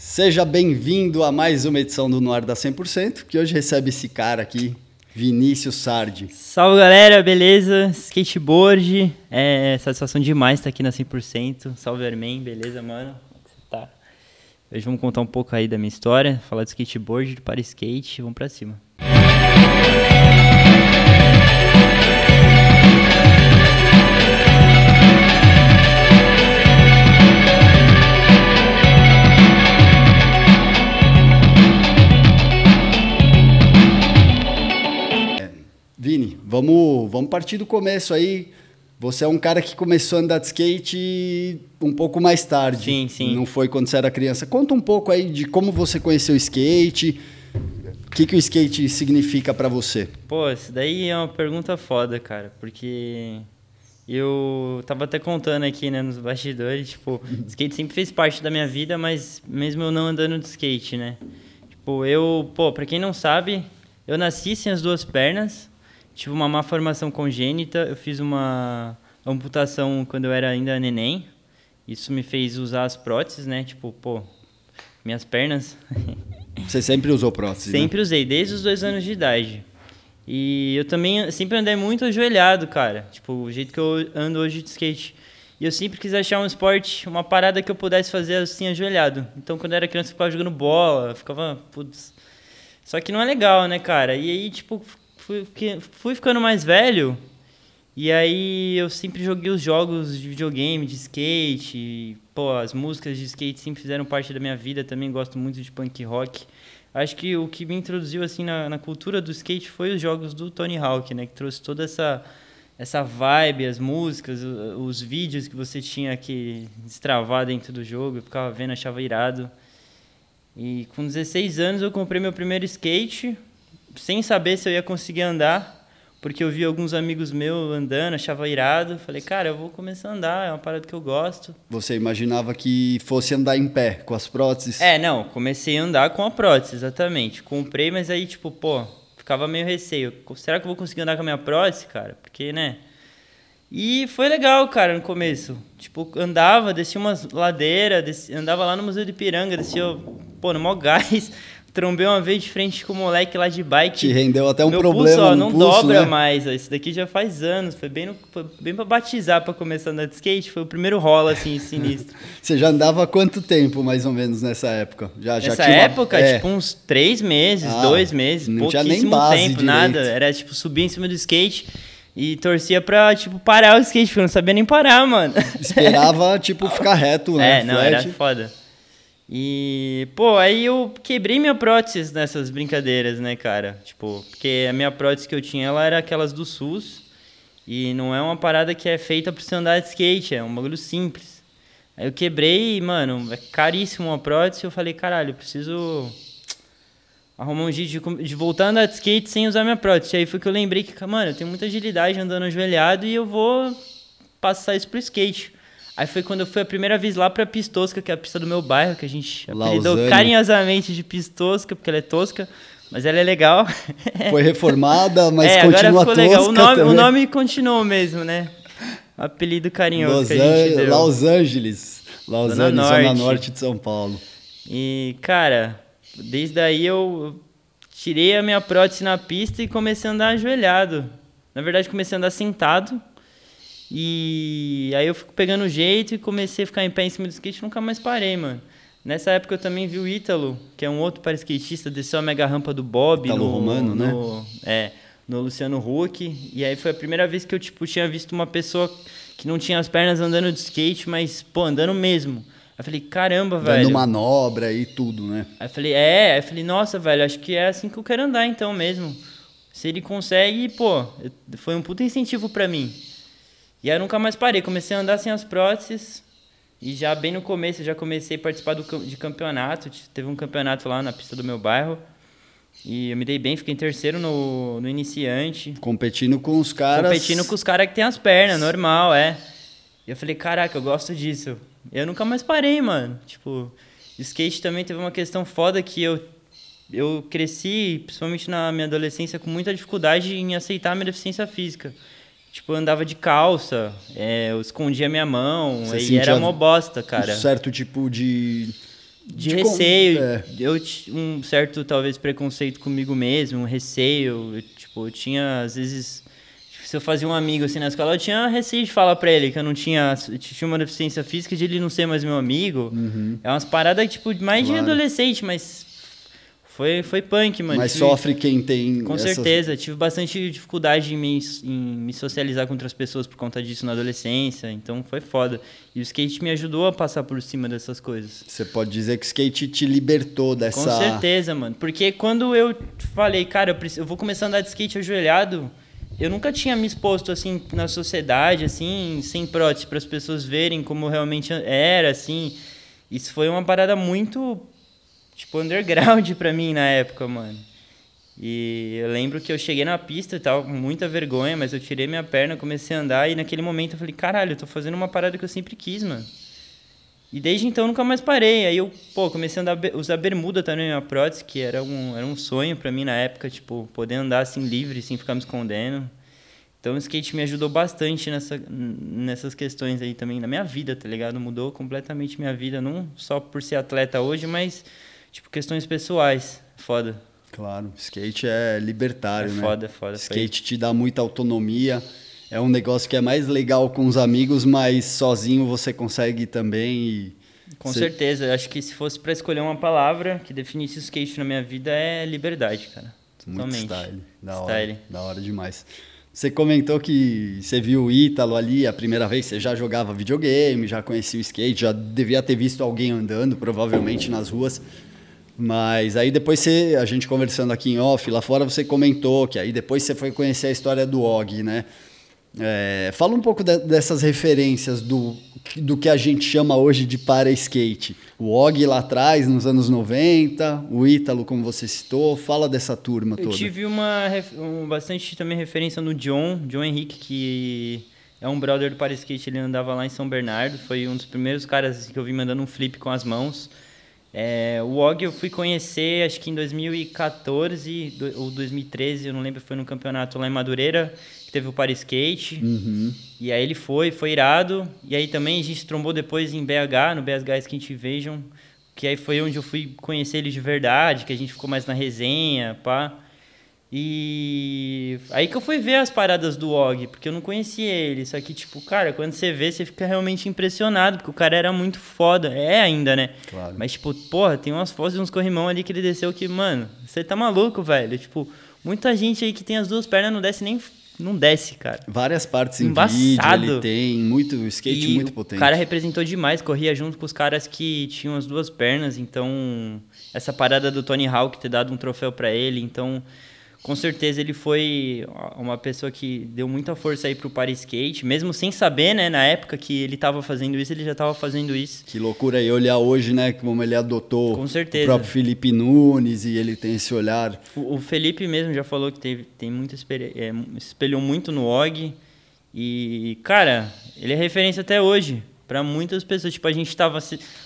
Seja bem-vindo a mais uma edição do No Ar da 100%, que hoje recebe esse cara aqui, Vinícius Sardi. Salve, galera, beleza? Skateboard, satisfação demais estar aqui na 100%. Salve, Armin, beleza, mano? Como é que você tá? Hoje vamos contar um pouco aí da minha história, falar de skateboard, para skate, vamos pra cima. Vini, vamos partir do começo aí. Você é um cara que começou a andar de skate um pouco mais tarde. Sim. Não foi quando você era criança. Conta um pouco aí de como você conheceu o skate, o que o skate significa pra você. Pô, isso daí é uma pergunta foda, cara, porque eu tava até contando aqui, né, nos bastidores, tipo, skate sempre fez parte da minha vida, mas mesmo eu não andando de skate, né? Tipo, pra quem não sabe, eu nasci sem as duas pernas. Tive uma má formação congênita, eu fiz uma amputação quando eu era ainda neném. Isso me fez usar as próteses, né? Tipo, minhas pernas. Você sempre usou prótese, Sempre usei, desde os 2 anos de idade. E eu também sempre andei muito ajoelhado, cara. Tipo, o jeito que eu ando hoje de skate. E eu sempre quis achar um esporte, uma parada que eu pudesse fazer assim, ajoelhado. Então, quando eu era criança, eu ficava jogando bola, ficava, putz. Só que não é legal, né, cara? E aí, tipo, fui ficando mais velho, e aí eu sempre joguei os jogos de videogame, de skate, e, as músicas de skate sempre fizeram parte da minha vida, também gosto muito de punk rock. Acho que o que me introduziu assim na cultura do skate foi os jogos do Tony Hawk, né, que trouxe toda essa vibe, as músicas, os vídeos que você tinha que destravar dentro do jogo, eu ficava vendo, achava irado. E com 16 anos eu comprei meu primeiro skate, sem saber se eu ia conseguir andar, porque eu vi alguns amigos meus andando, achava irado. Falei, cara, eu vou começar a andar, é uma parada que eu gosto. Você imaginava que fosse andar em pé, com as próteses? Não, comecei a andar com a prótese, exatamente. Comprei, mas aí, tipo, ficava meio receio. Será que eu vou conseguir andar com a minha prótese, cara? Porque, né? E foi legal, cara, no começo. Tipo, andava, descia umas ladeiras, andava lá no Museu de Ipiranga, descia, no maior gás. Trombei uma vez de frente com o moleque lá de bike. Te rendeu até um meu problema pulso, no não pulso, dobra, né? mais. Ó, isso daqui já faz anos. Foi bem pra batizar, pra começar a andar de skate. Foi o primeiro rola, assim, sinistro. Você já andava há quanto tempo, mais ou menos, nessa época? Nessa época, tipo, uns 3 meses, 2 meses. Não tinha nem pouquíssimo base tempo, direito. nada. Era, tipo, subir em cima do skate e torcia pra, tipo, parar o skate, porque eu não sabia nem parar, mano. Esperava, tipo, ficar reto, né? Não, era foda. E, aí eu quebrei minha prótese nessas brincadeiras, né, cara? Tipo, porque a minha prótese que eu tinha, ela era aquelas do SUS. E não é uma parada que é feita pra você andar de skate, é um bagulho simples. Aí eu quebrei e, mano, é caríssimo uma prótese. Eu falei, caralho, eu preciso arrumar um jeito de voltar a andar de skate sem usar minha prótese. Aí foi que eu lembrei que, mano, eu tenho muita agilidade andando ajoelhado e eu vou passar isso pro skate. Aí foi quando eu fui a primeira vez lá pra Pistosca, que é a pista do meu bairro, que a gente apelidou carinhosamente de Pistosca, porque ela é tosca, mas ela é legal. Foi reformada, mas continua agora ficou tosca legal. O também. nome continuou mesmo, né? O apelido carinhoso que a gente deu. Los Angeles, Zona Norte de São Paulo. E, cara, desde aí eu tirei a minha prótese na pista e comecei a andar ajoelhado. Na verdade, comecei a andar sentado. E aí eu fico pegando jeito e comecei a ficar em pé em cima do skate e nunca mais parei, mano. Nessa época eu também vi o Ítalo, que é um outro para-skatista, desceu a mega rampa do Bob. Ítalo Romano, né? No Luciano Huck. E aí foi a primeira vez que eu, tinha visto uma pessoa que não tinha as pernas andando de skate, mas, andando mesmo. Aí eu falei, caramba, velho. Dando manobra e tudo, né? Aí eu falei, nossa, velho, acho que é assim que eu quero andar então mesmo. Se ele consegue, foi um puta incentivo pra mim. E aí eu nunca mais parei, comecei a andar sem as próteses e já bem no começo eu já comecei a participar de campeonato. Teve um campeonato lá na pista do meu bairro e eu me dei bem, fiquei em terceiro no iniciante. Competindo com os caras que tem as pernas, normal, E eu falei, caraca, eu gosto disso. Eu nunca mais parei, mano. Tipo, skate também teve uma questão foda que eu cresci, principalmente na minha adolescência, com muita dificuldade em aceitar a minha deficiência física. Tipo, eu andava de calça, eu escondia minha mão, e era uma bosta, cara. Um certo tipo de De receio, um certo, talvez, preconceito comigo mesmo, um receio. Eu tinha, às vezes, se eu fazia um amigo assim na escola, eu tinha receio de falar pra ele que eu não tinha uma deficiência física, de ele não ser mais meu amigo. É umas paradas, tipo, mais de adolescente, mas foi punk, mano. Mas sofre quem tem... Com certeza, tive bastante dificuldade em me socializar com outras pessoas por conta disso na adolescência, então foi foda. E o skate me ajudou a passar por cima dessas coisas. Você pode dizer que o skate te libertou dessa... Com certeza, mano. Porque quando eu falei, cara, eu vou começar a andar de skate ajoelhado, eu nunca tinha me exposto, assim, na sociedade, assim, sem prótese, para as pessoas verem como realmente era, assim. Isso foi uma parada muito... tipo, underground pra mim na época, mano. E eu lembro que eu cheguei na pista e tava com muita vergonha, mas eu tirei minha perna, comecei a andar e naquele momento eu falei, caralho, eu tô fazendo uma parada que eu sempre quis, mano. E desde então eu nunca mais parei. Aí eu, comecei a usar bermuda também na minha prótese, que era um sonho pra mim na época, tipo, poder andar assim livre, sem ficar me escondendo. Então o skate me ajudou bastante nessas questões aí também, na minha vida, tá ligado? Mudou completamente minha vida, não só por ser atleta hoje, mas... tipo, questões pessoais. Foda. Claro, skate é libertário, né? Foda, foda. Skate te dá muita autonomia. É um negócio que é mais legal com os amigos, mas sozinho você consegue também. Com certeza. Eu acho que se fosse para escolher uma palavra que definisse o skate na minha vida, é liberdade, cara. Totalmente. Muito style. Da hora demais. Você comentou que você viu o Ítalo ali a primeira vez, você já jogava videogame, já conhecia o skate, já devia ter visto alguém andando, provavelmente, nas ruas. Mas aí depois a gente conversando aqui em off, lá fora você comentou que aí depois você foi conhecer a história do Og, né? Fala um pouco dessas referências do que a gente chama hoje de para-skate. O Og lá atrás, nos anos 90, o Ítalo, como você citou, fala dessa turma toda. Eu tive bastante também referência no John Henrique, que é um brother do para-skate, ele andava lá em São Bernardo, foi um dos primeiros caras que eu vi mandando um flip com as mãos. O Og eu fui conhecer, acho que em 2014 ou 2013, eu não lembro, foi no campeonato lá em Madureira, que teve o para-skate. E aí ele foi irado. E aí também a gente trombou depois em BH, no BH Skate Invasion, que aí foi onde eu fui conhecer ele de verdade, que a gente ficou mais na resenha, pá. E aí que eu fui ver as paradas do Og, porque eu não conhecia ele. Só que, tipo, cara, quando você vê, você fica realmente impressionado, porque o cara era muito foda. É ainda, né? Claro. Mas, tipo, porra, tem umas fotos de uns corrimão ali que ele desceu que, mano, você tá maluco, velho. Tipo, muita gente aí que tem as duas pernas não desce, cara. Várias partes em Embaçado. vídeo, ele tem muito skate, muito potente. O cara representou demais, corria junto com os caras que tinham as duas pernas. Então, essa parada do Tony Hawk ter dado um troféu pra ele, então... Com certeza ele foi uma pessoa que deu muita força aí pro para-skate, mesmo sem saber, né, na época que ele estava fazendo isso, ele já estava fazendo isso. Que loucura aí olhar hoje, né, como ele adotou Com certeza. O próprio Felipe Nunes e ele tem esse olhar. O Felipe mesmo já falou que tem muita espelhou muito no Og e, ele é referência até hoje. Pra muitas pessoas, tipo, a gente tava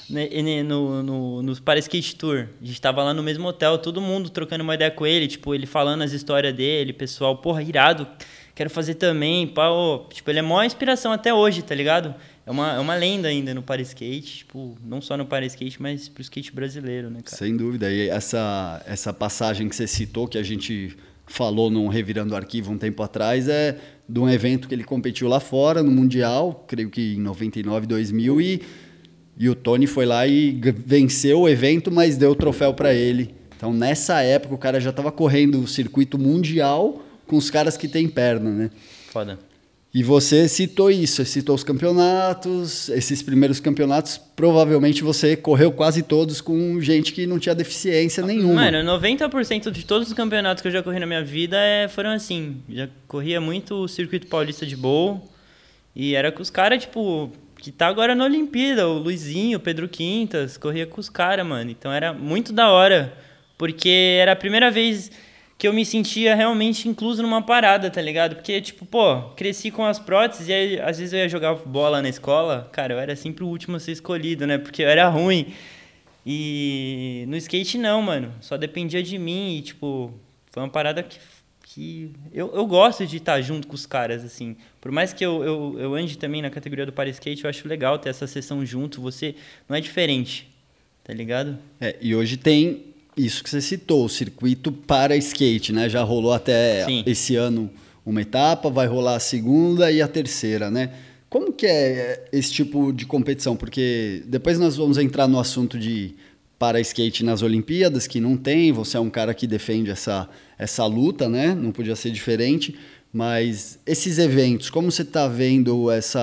no para-skate tour, a gente tava lá no mesmo hotel, todo mundo trocando uma ideia com ele, tipo, ele falando as histórias dele, pessoal, porra, irado, quero fazer também, pá, tipo, ele é a maior inspiração até hoje, tá ligado? É uma lenda ainda no para-skate, tipo, não só no para-skate, mas pro skate brasileiro, né, cara? Sem dúvida, e essa passagem que você citou, que a gente falou num Revirando o Arquivo um tempo atrás, é de um evento que ele competiu lá fora, no Mundial, creio que em 99, 2000, e o Tony foi lá e venceu o evento, mas deu o troféu para ele. Então, nessa época, o cara já estava correndo o circuito mundial com os caras que têm perna, né? Foda. E você citou isso, citou os campeonatos, esses primeiros campeonatos, provavelmente você correu quase todos com gente que não tinha deficiência nenhuma. Mano, 90% de todos os campeonatos que eu já corri na minha vida foram assim. Já corria muito o circuito paulista de bowl e era com os caras, tipo, que tá agora na Olimpíada, o Luizinho, o Pedro Quintas, corria com os caras, mano. Então era muito da hora, porque era a primeira vez que eu me sentia realmente incluso numa parada, tá ligado? Porque, tipo, cresci com as próteses e aí, às vezes eu ia jogar bola na escola, cara, eu era sempre o último a ser escolhido, né? Porque eu era ruim. E no skate não, mano. Só dependia de mim e, tipo, foi uma parada que eu gosto de estar junto com os caras, assim. Por mais que eu ande também na categoria do para-skate, eu acho legal ter essa sessão junto. Você não é diferente, tá ligado? E hoje tem isso que você citou, o circuito para skate, né? Já rolou até esse ano uma etapa, vai rolar a segunda e a terceira, né? Como que é esse tipo de competição? Porque depois nós vamos entrar no assunto de para skate nas Olimpíadas, que não tem, você é um cara que defende essa luta, né? Não podia ser diferente, mas esses eventos, como você está vendo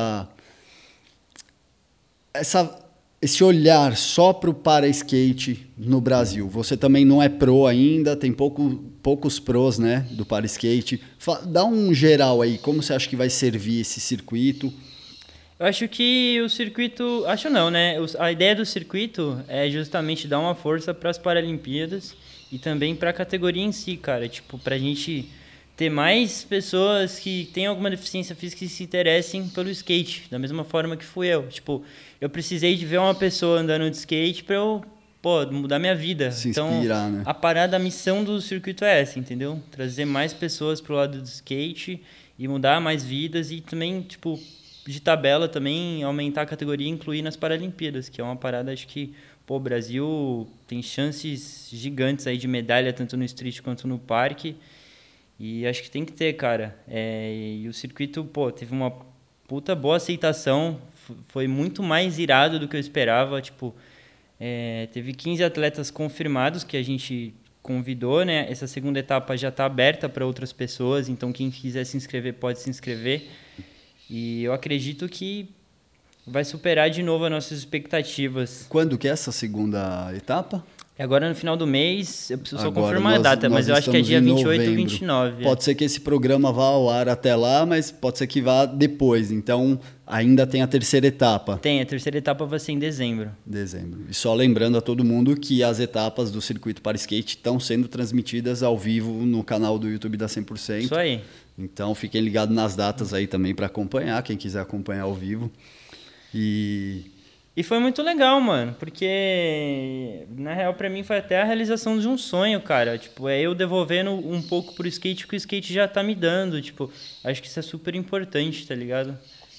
esse olhar só para o para-skate no Brasil? Você também não é pro ainda, tem poucos pros, né, do para-skate. Dá um geral aí, como você acha que vai servir esse circuito? Eu acho que o circuito... Acho não, né? A ideia do circuito é justamente dar uma força para as Paralimpíadas e também para a categoria em si, cara. Tipo, pra gente ter mais pessoas que têm alguma deficiência física e se interessem pelo skate, da mesma forma que fui eu. Tipo, eu precisei de ver uma pessoa andando de skate para eu, mudar minha vida. Se inspirar, né? A missão do circuito é essa, entendeu? Trazer mais pessoas pro lado do skate e mudar mais vidas e também, tipo, de tabela também aumentar a categoria e incluir nas Paralimpíadas, que é uma parada, acho que, o Brasil tem chances gigantes aí de medalha, tanto no street quanto no parque. E acho que tem que ter, cara. E o circuito, teve uma puta boa aceitação. Foi muito mais irado do que eu esperava. Tipo, teve 15 atletas confirmados que a gente convidou, né? Essa segunda etapa já está aberta para outras pessoas. Então, quem quiser se inscrever, pode se inscrever. E eu acredito que vai superar de novo as nossas expectativas. Quando que é essa segunda etapa? Agora no final do mês, eu preciso só confirmar a data, mas eu acho que é dia 28 ou 29. Pode ser que esse programa vá ao ar até lá, mas pode ser que vá depois. Então, ainda tem a terceira etapa. Tem, a terceira etapa vai ser em dezembro. E só lembrando a todo mundo que as etapas do circuito para skate estão sendo transmitidas ao vivo no canal do YouTube da 100%. Isso aí. Então, fiquem ligados nas datas aí também para acompanhar, quem quiser acompanhar ao vivo. E foi muito legal, mano, porque na real pra mim foi até a realização de um sonho, cara. Tipo, é eu devolvendo um pouco pro skate que o skate já tá me dando. Tipo, acho que isso é super importante, tá ligado?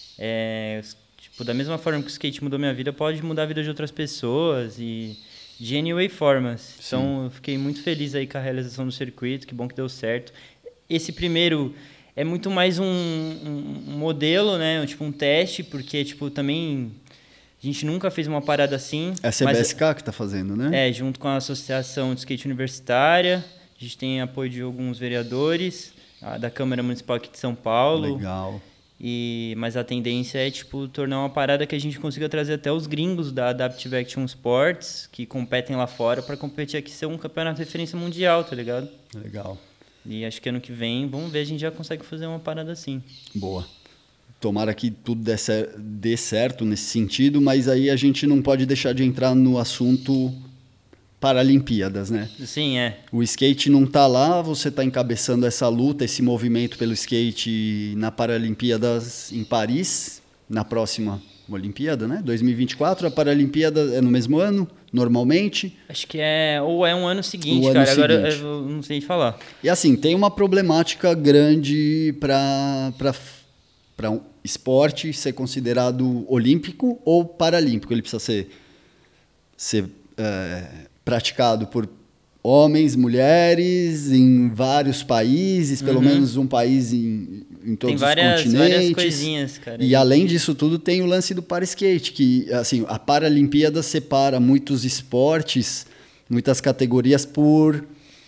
Tipo, da mesma forma que o skate mudou minha vida, pode mudar a vida de outras pessoas e de anyway formas. Sim. Então, eu fiquei muito feliz aí com a realização do circuito, que bom que deu certo. Esse primeiro é muito mais um modelo, né? Tipo, um teste, porque, tipo, também... A gente nunca fez uma parada assim. É a CBSK que está fazendo, né? Junto com a Associação de Skate Universitária. A gente tem apoio de alguns vereadores, da Câmara Municipal aqui de São Paulo. Legal. Mas a tendência é, tipo, tornar uma parada que a gente consiga trazer até os gringos da Adaptive Action Sports, que competem lá fora, para competir aqui, ser um campeonato de referência mundial, tá ligado? Legal. E acho que ano que vem, vamos ver, a gente já consegue fazer uma parada assim. Boa. Tomara que tudo dê certo nesse sentido, mas aí a gente não pode deixar de entrar no assunto Paralimpíadas, né? Sim, O skate não está lá, você está encabeçando essa luta, esse movimento pelo skate na Paralimpíadas em Paris, na próxima Olimpíada, né? 2024, a Paralimpíada é no mesmo ano, normalmente. Acho que ou é um ano seguinte, cara, agora eu não sei falar. E assim, tem uma problemática grande para um esporte ser considerado olímpico ou paralímpico. Ele precisa ser praticado por homens, mulheres, em vários países, pelo menos um país em todos os continentes. Tem várias coisinhas, cara. E além disso tudo, tem o lance do para-skate, que assim, a Paralimpíada separa muitos esportes, muitas categorias por...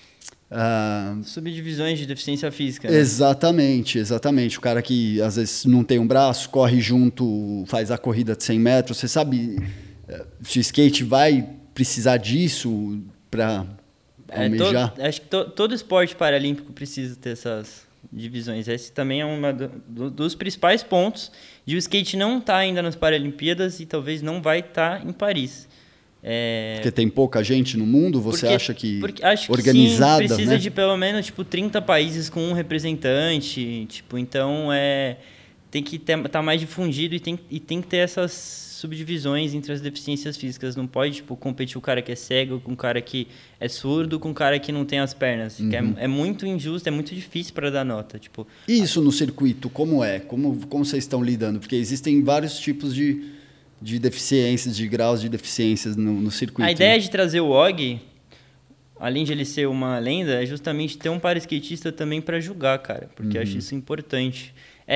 subdivisões de deficiência física, né? Exatamente. O cara que às vezes não tem um braço, corre junto, faz a corrida de 100 metros. Você sabe se o skate vai precisar disso para almejar? Acho que todo esporte paralímpico precisa ter essas divisões. Esse também é um dos principais pontos de o skate não estar ainda nas Paralimpíadas e talvez não vai estar em Paris. Porque tem pouca gente no mundo, acha que acho organizada, que sim, precisa né? de pelo menos 30 países com um representante, então tem que estar mais difundido e tem que ter essas subdivisões entre as deficiências físicas. Não pode competir o cara que é cego com o cara que é surdo com o cara que não tem as pernas. Uhum. É muito injusto, é muito difícil para dar nota. E isso no circuito, como é? Como vocês estão lidando? Porque existem vários tipos de de deficiências, de graus de deficiências no circuito. A ideia de trazer o Og, além de ele ser uma lenda, é justamente ter um para-skatista também para julgar, cara. Porque eu acho isso importante.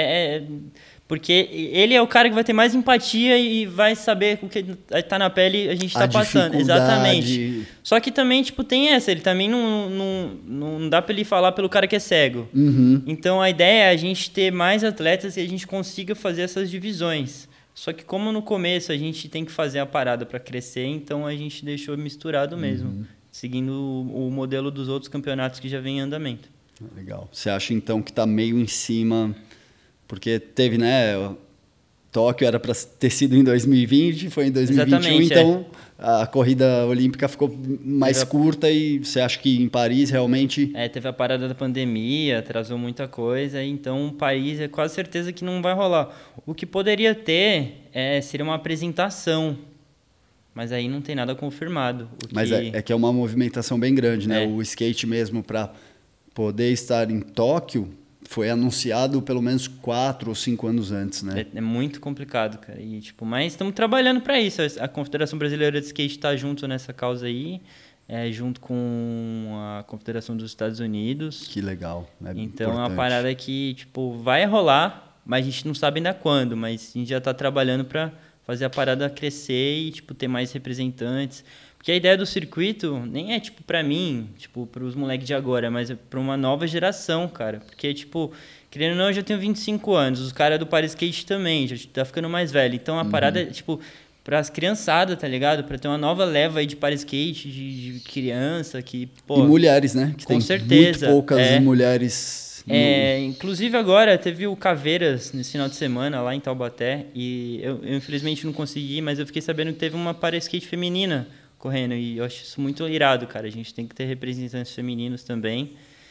Porque ele é o cara que vai ter mais empatia e vai saber o que tá na pele a gente tá passando. Exatamente. Só que também, tipo, tem essa. Ele também não dá pra ele falar pelo cara que é cego. Então, a ideia é a gente ter mais atletas e a gente consiga fazer essas divisões. Só que como no começo a gente tem que fazer a parada para crescer, então a gente deixou misturado mesmo. Seguindo o modelo dos outros campeonatos que já vem em andamento. Legal. Você acha, então, que tá meio em cima... Porque teve, né? Tóquio era para ter sido em 2020, foi em 2021, exatamente, então a corrida olímpica ficou mais curta e você acha que em Paris realmente... teve a parada da pandemia, atrasou muita coisa, então Paris é quase certeza que não vai rolar. O que poderia ter seria uma apresentação, mas aí não tem nada confirmado. Mas que é uma movimentação bem grande, né? O skate mesmo, para poder estar em Tóquio, foi anunciado pelo menos 4 ou 5 anos antes, né? É muito complicado, cara. E, tipo, mas estamos trabalhando para isso. A Confederação Brasileira de Skate está junto nessa causa aí, junto com a Confederação dos Estados Unidos. Que legal. Então é uma parada que, tipo, vai rolar, mas a gente não sabe ainda quando. Mas a gente já está trabalhando para fazer a parada crescer e, tipo, ter mais representantes. Porque a ideia do circuito nem é, tipo, pra mim, tipo, pros moleques de agora, mas é pra uma nova geração, cara. Porque, tipo, querendo ou não, eu já tenho 25 anos, os caras do Paris Skate também, já tá ficando mais velho. Então, a parada é, tipo, pras criançadas, tá ligado? Pra ter uma nova leva aí de Paris Skate, de criança, que, pô... E mulheres, né? Que com tem certeza. Muito poucas mulheres... Inclusive agora teve o Caveiras nesse final de semana lá em Taubaté, e eu infelizmente não consegui, mas eu fiquei sabendo que teve uma Paris Skate feminina correndo, e eu acho isso muito irado, cara. A gente tem que ter representantes femininos também.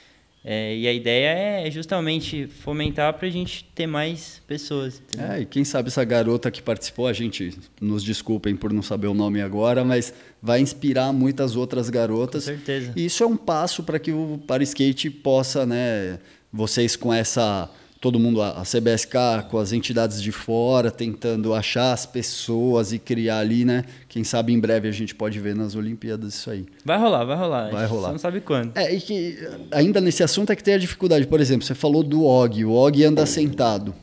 E a ideia é justamente fomentar pra gente ter mais pessoas. E quem sabe essa garota que participou, a gente, nos desculpem por não saber o nome agora, mas vai inspirar muitas outras garotas. Com certeza. E isso é um passo para que o Paraskate possa, né, vocês com essa... Todo mundo, a CBSK, com as entidades de fora, tentando achar as pessoas e criar ali, né? Quem sabe em breve a gente pode ver nas Olimpíadas isso aí. Vai rolar. Vai rolar. Você não sabe quando. E que ainda nesse assunto é que tem a dificuldade. Por exemplo, você falou do Og. O Og anda sentado,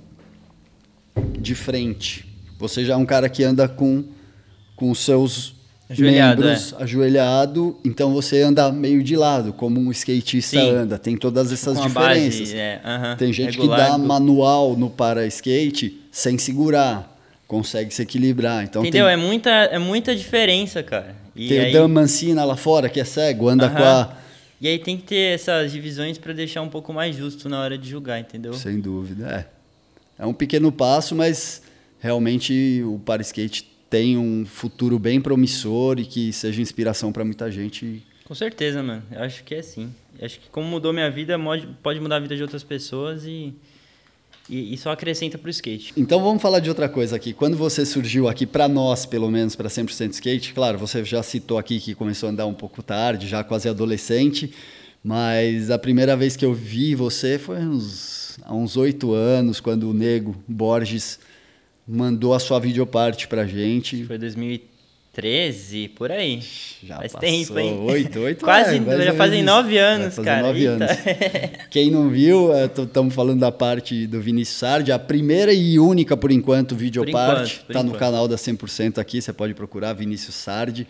de frente. Você já é um cara que anda com os seus... membros ajoelhado, então você anda meio de lado, como um skatista anda. Tem todas essas diferenças. Tem gente que dá manual no para-skate sem segurar, consegue se equilibrar. Então entendeu? É muita diferença, cara. E tem aí... o Dan Mancina lá fora, que é cego, anda com a... E aí tem que ter essas divisões para deixar um pouco mais justo na hora de julgar, entendeu? Sem dúvida, é um pequeno passo, mas realmente o para-skate tem um futuro bem promissor e que seja inspiração para muita gente. Com certeza, mano. Eu acho que é assim. Eu acho que como mudou minha vida, pode mudar a vida de outras pessoas e só acrescenta pro skate. Então vamos falar de outra coisa aqui. Quando você surgiu aqui, para nós, pelo menos, para 100% Skate, claro, você já citou aqui que começou a andar um pouco tarde, já quase adolescente, mas a primeira vez que eu vi você foi há uns 8 anos, quando o Nego Borges mandou a sua videoparte pra gente. Foi 2013, por aí. Já faz passou tempo, hein? 8 quase, já fazem 9 anos, cara. 9 anos. Quem não viu, estamos falando da parte do Vinícius Sardi, a primeira e única, por enquanto, videoparte. Está no canal da 100% aqui, você pode procurar, Vinícius Sardi.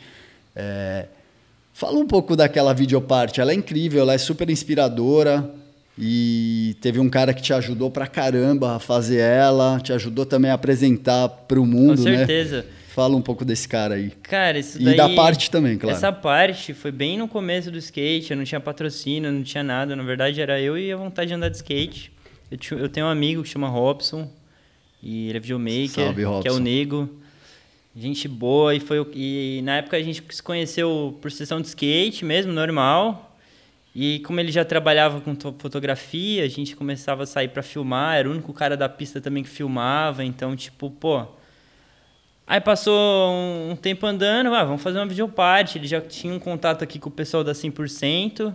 Fala um pouco daquela videoparte, ela é incrível, ela é super inspiradora. E teve um cara que te ajudou pra caramba a fazer ela, te ajudou também a apresentar pro mundo, Com certeza. Né? Fala um pouco desse cara aí. Cara, isso daí... E da parte também, claro. Essa parte foi bem no começo do skate, eu não tinha patrocínio, não tinha nada. Na verdade, era eu e a vontade de andar de skate. Eu tenho um amigo que chama Robson, e ele é videomaker, Salve, Robson. que é o Nego. Gente boa, e na época a gente se conheceu por sessão de skate mesmo, normal. E como ele já trabalhava com fotografia, a gente começava a sair pra filmar, era o único cara da pista também que filmava, então, tipo, pô... Aí passou um tempo andando, vamos fazer uma videoparte, ele já tinha um contato aqui com o pessoal da 100%,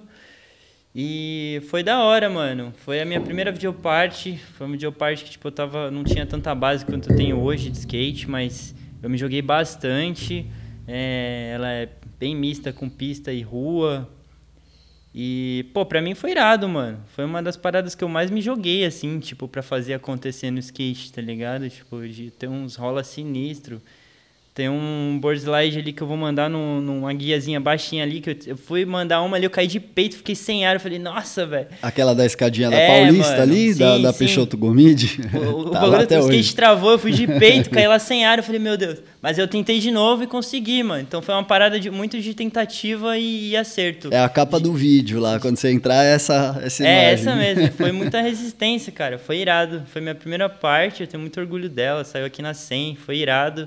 e foi da hora, mano. Foi a minha primeira videoparte, foi uma videoparte que, tipo, não tinha tanta base quanto eu tenho hoje de skate, mas eu me joguei bastante. Ela é bem mista com pista e rua. E, pô, pra mim foi irado, mano. Foi uma das paradas que eu mais me joguei, assim, tipo, pra fazer acontecer no skate, tá ligado? Tipo, de ter uns rola sinistro. Tem um board slide ali que eu vou mandar numa guiazinha baixinha ali, que eu fui mandar uma ali, eu caí de peito, fiquei sem ar, eu falei, nossa, velho. Aquela da escadinha da Paulista, mano, ali, sim, da Peixoto Gomide? O bagulho do skate travou, eu fui de peito, caí lá sem ar, eu falei, meu Deus. Mas eu tentei de novo e consegui, mano. Então foi uma parada muito de tentativa e acerto. É a capa do vídeo lá, quando você entrar, essa imagem. Essa mesmo. Foi muita resistência, cara. Foi irado. Foi minha primeira parte, eu tenho muito orgulho dela. Saiu aqui na 100, foi irado.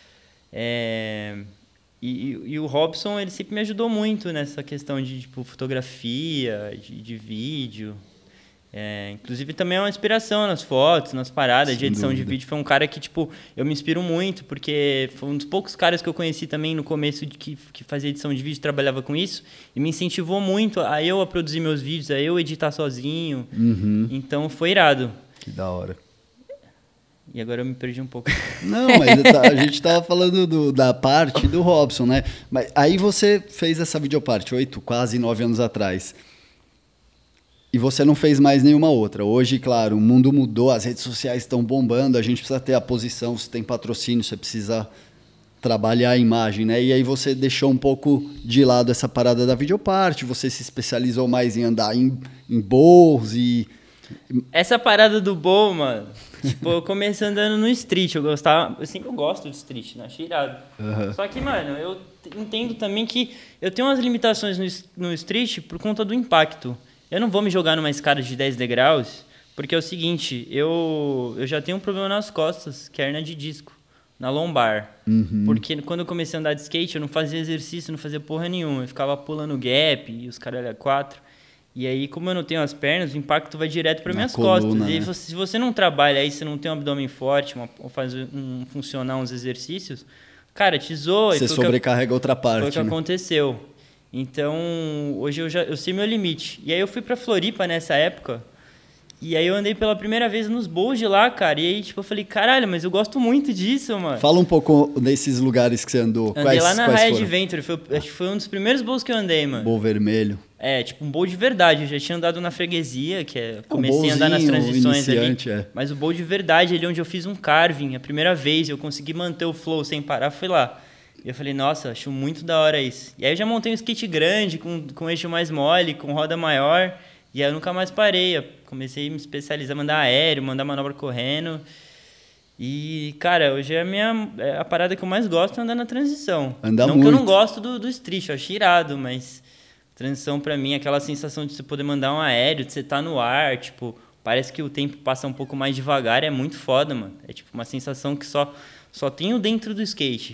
E o Robson, ele sempre me ajudou muito nessa questão de tipo, fotografia, de vídeo. Inclusive também é uma inspiração nas fotos, nas paradas de edição de vídeo. Foi um cara que tipo, eu me inspiro muito, porque foi um dos poucos caras que eu conheci também no começo que fazia edição de vídeo, trabalhava com isso, e me incentivou muito a eu produzir meus vídeos, a eu editar sozinho. Então foi irado. Que da hora. E agora eu me perdi um pouco. Não, mas a gente estava falando da parte do Robson, né? Mas aí você fez essa videoparte, quase 9 anos atrás. E você não fez mais nenhuma outra. Hoje, claro, o mundo mudou, as redes sociais estão bombando, a gente precisa ter a posição, você tem patrocínio, você precisa trabalhar a imagem, né? E aí você deixou um pouco de lado essa parada da videoparte, você se especializou mais em andar em bowls e... Essa parada do bowl, mano, tipo, eu comecei andando no street, eu sempre gosto de street, né? Achei irado. Só que, mano, eu entendo também que eu tenho umas limitações no street por conta do impacto. Eu não vou me jogar numa escada de 10 degraus, porque é o seguinte, eu já tenho um problema nas costas, que é hernia de disco, na lombar. Porque quando eu comecei a andar de skate, eu não fazia exercício, não fazia porra nenhuma. Eu ficava pulando gap e os caralho 4. E aí, como eu não tenho as pernas, o impacto vai direto para minhas costas. E aí, se você não trabalha aí, você não tem um abdômen forte, ou faz funcionar uns exercícios, cara, te zoa. Você sobrecarrega outra parte. Foi o que aconteceu. Então, hoje eu sei meu limite. E aí eu fui pra Floripa nessa época, e aí eu andei pela primeira vez nos bowls de lá, cara. E aí, tipo, eu falei, caralho, mas eu gosto muito disso, mano. Fala um pouco desses lugares que você andou. Andei lá na Raia de Venture, acho que foi um dos primeiros bowls que eu andei, mano. Bowl vermelho. Tipo um bowl de verdade. Eu já tinha andado na freguesia, comecei a andar nas transições ali. Mas o bowl de verdade, ali onde eu fiz um carving, a primeira vez, eu consegui manter o flow sem parar, foi lá. E eu falei, nossa, acho muito da hora isso. E aí eu já montei um skate grande, com eixo mais mole, com roda maior. E aí eu nunca mais parei. Eu comecei a me especializar, mandar aéreo, mandar manobra correndo. E, cara, hoje a parada que eu mais gosto é andar na transição. Não que eu não gosto do street, eu acho irado, mas transição pra mim, aquela sensação de você poder mandar um aéreo, de você estar no ar, tipo, parece que o tempo passa um pouco mais devagar, é muito foda, mano. É tipo uma sensação que só tenho dentro do skate.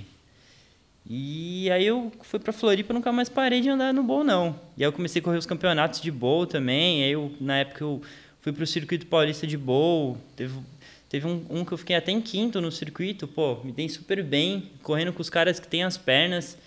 E aí eu fui pra Floripa e nunca mais parei de andar no bowl, não. E aí eu comecei a correr os campeonatos de bowl também. Aí na época eu fui pro circuito paulista de bowl. Teve um que eu fiquei até em quinto no circuito. Pô, me dei super bem, correndo com os caras que têm as pernas.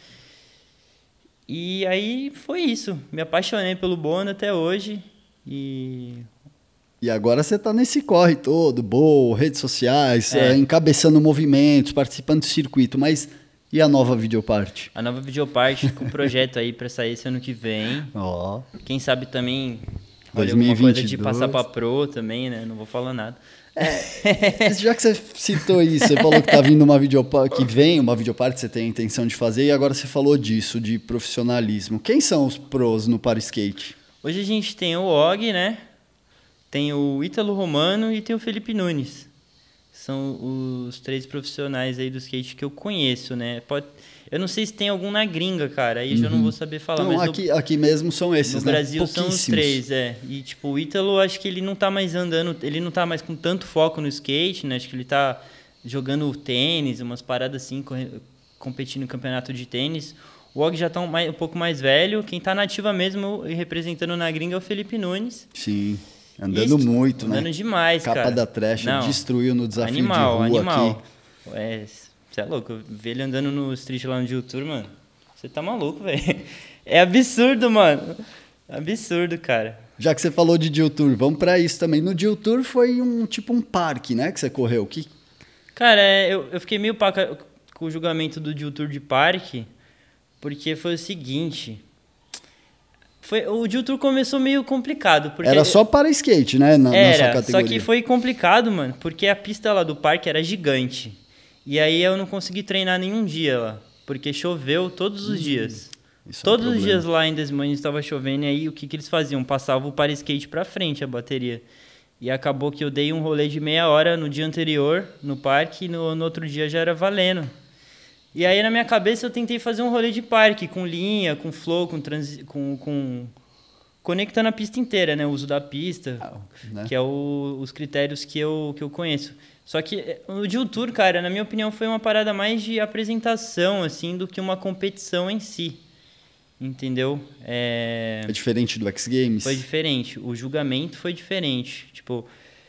E aí foi isso. Me apaixonei pelo bowl até hoje. E agora você tá nesse corre todo, bowl, redes sociais, encabeçando movimentos, participando do circuito, mas... E a nova videoparte? A nova videoparte com projeto aí pra sair esse ano que vem. Quem sabe também alguma coisa de passar pra pro também, né? Não vou falar nada. Já que você citou isso, você falou que tá vindo uma videoparte, que vem uma videoparte, você tem a intenção de fazer, e agora você falou disso, de profissionalismo. Quem são os pros no para skate? Hoje a gente tem o Og, né? Tem o Ítalo Romano e tem o Felipe Nunes. São os 3 profissionais aí do skate que eu conheço, né? Eu não sei se tem algum na gringa, cara. Aí já não vou saber falar. Não, mas aqui mesmo são esses, no né? Brasil são os 3, E, tipo, o Ítalo, acho que ele não tá mais andando... Ele não tá mais com tanto foco no skate, né? Acho que ele tá jogando tênis, umas paradas assim, competindo no campeonato de tênis. O Og já tá um pouco mais velho. Quem tá na ativa mesmo e representando na gringa é o Felipe Nunes. Sim. Andando muito, né? Andando demais, Capa cara. Da Trash, destruiu no desafio animal, de rua animal. Aqui. Você é louco, eu vi ele andando no street lá no Giltour, mano. Você tá maluco, velho. É absurdo, mano. Absurdo, cara. Já que você falou de Giltour, vamos pra isso também. No Giltour foi um parque, né, que você correu. Cara, eu fiquei meio paca. com o julgamento do Dual Tour de parque, porque foi o seguinte... o Dual Tour começou meio complicado. Porque era só para skate, né? Na sua categoria. Só que foi complicado, mano, porque a pista lá do parque era gigante. E aí eu não consegui treinar nenhum dia lá, porque choveu todos os dias. Todos os dias lá em Des Moines estava chovendo, e aí o que eles faziam? Passavam o para skate para frente, a bateria. E acabou que eu dei um rolê de meia hora no dia anterior, no parque, e no outro dia já era valendo. E aí, na minha cabeça, eu tentei fazer um rolê de parque, com linha, com flow, com conectando a pista inteira, né? O uso da pista, né? Que é os critérios que eu conheço. Só que o Dual Tour, cara, na minha opinião, foi uma parada mais de apresentação, assim, do que uma competição em si. Entendeu? É diferente do X Games? Foi diferente. O julgamento foi diferente. Tipo...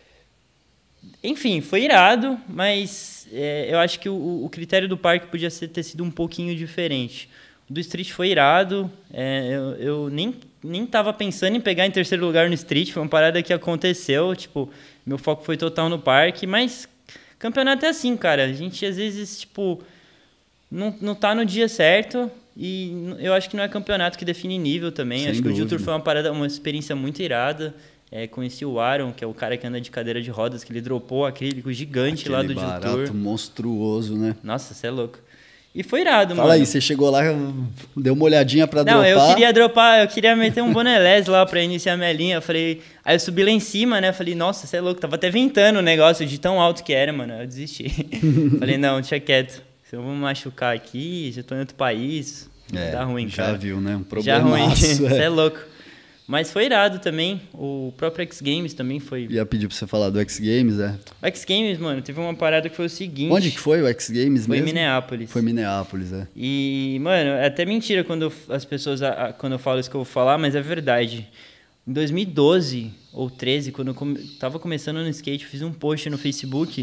Enfim, foi irado, mas eu acho que o critério do parque podia ter sido um pouquinho diferente. O do Street foi irado, eu nem tava pensando em pegar em terceiro lugar no Street, foi uma parada que aconteceu, tipo, meu foco foi total no parque, mas campeonato é assim, cara, a gente às vezes, tipo, não tá no dia certo, e eu acho que não é campeonato que define nível também. Sem acho dúvida. que o Dual Tour foi uma experiência muito irada. Conheci o Aaron, que é o cara que anda de cadeira de rodas, que ele dropou acrílico gigante lá do Dual Tour. Barato, monstruoso, né? Nossa, você é louco. E foi irado, mano. Fala aí, você chegou lá, deu uma olhadinha pra dropar? Não, eu queria dropar, eu queria meter um bonelés lá pra iniciar minha linha. Eu falei, aí eu subi lá em cima, né? Falei, nossa, você é louco. Tava até ventando o negócio de tão alto que era, mano. Eu desisti. Falei, não, deixa quieto. Se eu vou me machucar aqui, já tô em outro país. Dá ruim, já cara. Já viu, né? Um Já ruim, problemaço. você é louco. Mas foi irado também. O próprio X Games também foi... Ia pedir pra você falar do X Games, O X Games, mano, teve uma parada que foi o seguinte... Onde que foi o X Games foi mesmo? Foi em Minneapolis. Foi Minneapolis, E, mano, é até mentira quando as pessoas... Quando eu falo isso que eu vou falar, mas é verdade. Em 2012 ou 13, quando eu tava começando no skate, eu fiz um post no Facebook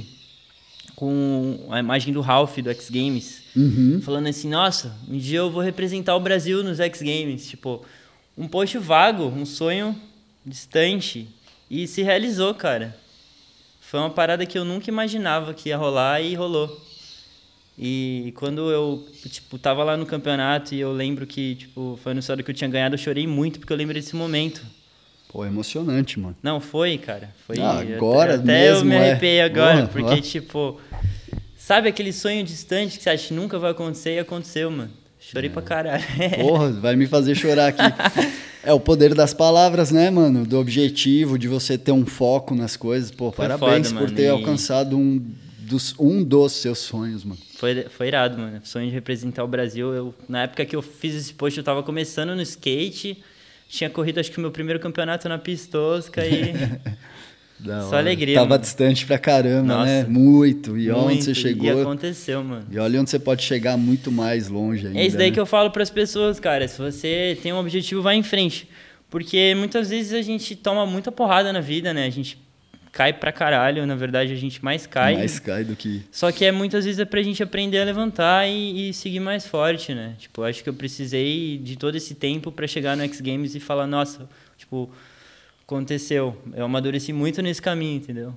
com a imagem do Ralph, do X Games, falando assim, nossa, um dia eu vou representar o Brasil nos X Games, tipo... Um post vago, um sonho distante. E se realizou, cara. Foi uma parada que eu nunca imaginava que ia rolar e rolou. E quando eu, tipo, tava lá no campeonato e eu lembro que, tipo, foi no história que eu tinha ganhado, eu chorei muito porque eu lembro desse momento. Pô, emocionante, mano. Não, foi, cara. Foi. Agora até mesmo, eu me arrepiei agora, Porra, porque, tipo... Sabe aquele sonho distante que você acha que nunca vai acontecer e aconteceu, mano? Chorei pra caralho. Porra, vai me fazer chorar aqui. É o poder das palavras, né, mano? Do objetivo, de você ter um foco nas coisas. Pô, foi parabéns foda, por mano. ter alcançado um dos seus sonhos, mano. Foi irado, mano. Sonho de representar o Brasil. Na época que eu fiz esse post, eu tava começando no skate. Tinha corrido, acho que o meu primeiro campeonato na pista tosca e... Só alegria, Tava mano. distante pra caramba, Nossa, né? Muito. E onde você chegou. E aconteceu, mano. E olha onde você pode chegar muito mais longe ainda. É isso daí, né? que eu falo pras pessoas, cara. Se você tem um objetivo, vai em frente. Porque muitas vezes a gente toma muita porrada na vida, né? A gente cai pra caralho. Na verdade, a gente mais cai. Mais cai do que... Só que muitas vezes é pra gente aprender a levantar e seguir mais forte, né? Tipo, acho que eu precisei de todo esse tempo pra chegar no X Games e falar, nossa, tipo... Aconteceu. Eu amadureci muito nesse caminho, entendeu?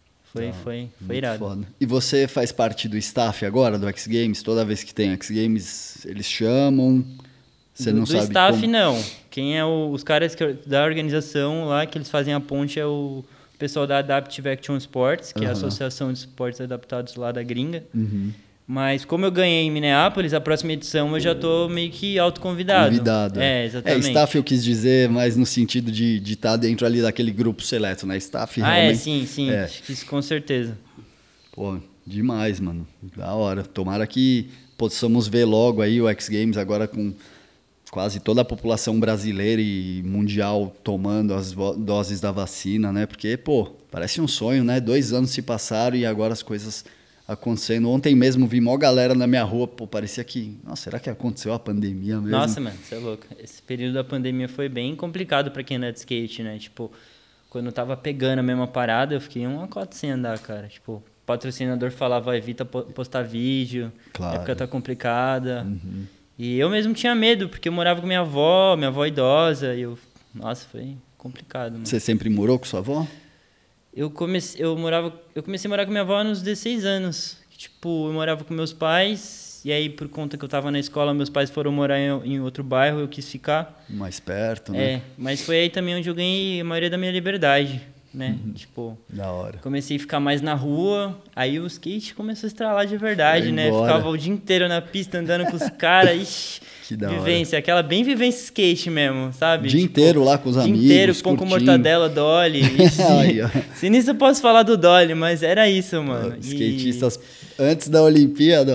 Foi irado. Foda. E você faz parte do staff agora, do X Games? Toda vez que tem X Games, eles chamam? Você não sabe do staff, como... não. Quem é os caras da organização lá, que eles fazem a ponte, é o pessoal da Adaptive Action Sports, que é a Associação de Esportes Adaptados lá da gringa. Mas como eu ganhei em Minneapolis, a próxima edição eu já tô meio que autoconvidado. Convidado. Exatamente. Staff eu quis dizer, mas no sentido de estar dentro ali daquele grupo seleto, né? Staff realmente... sim. Acho que isso com certeza. Pô, demais, mano. Da hora. Tomara que possamos ver logo aí o X Games agora com quase toda a população brasileira e mundial tomando as doses da vacina, né? Porque, pô, parece um sonho, né? 2 anos se passaram e agora as coisas... acontecendo. Ontem mesmo vi mó galera na minha rua, pô, parecia que... Nossa, será que aconteceu a pandemia mesmo? Nossa, mano, você é louco. Esse período da pandemia foi bem complicado pra quem anda de skate, né? Tipo, quando eu tava pegando a mesma parada, eu fiquei uma cota sem andar, cara. Tipo, o patrocinador falava, evita postar vídeo, claro. A época tá complicada. E eu mesmo tinha medo, porque eu morava com minha avó idosa, e Nossa, foi complicado, mano. Você sempre morou com sua avó? Eu comecei a morar com minha avó nos 16 anos. tipo, eu morava com meus pais, e aí por conta que eu tava na escola, meus pais foram morar em outro bairro, eu quis ficar. Mais perto, né? Mas foi aí também onde eu ganhei a maioria da minha liberdade, né? Tipo, da hora. Comecei a ficar mais na rua, aí o skate começou a estralar de verdade, né? Ficava o dia inteiro na pista andando com os caras, ixi, que da vivência, aquela bem vivência skate mesmo, sabe? Dia inteiro lá com os amigos, dia inteiro, pão com mortadela, Dolly. Se nisso eu posso falar do Dolly, mas era isso, mano. Skatistas antes da Olimpíada,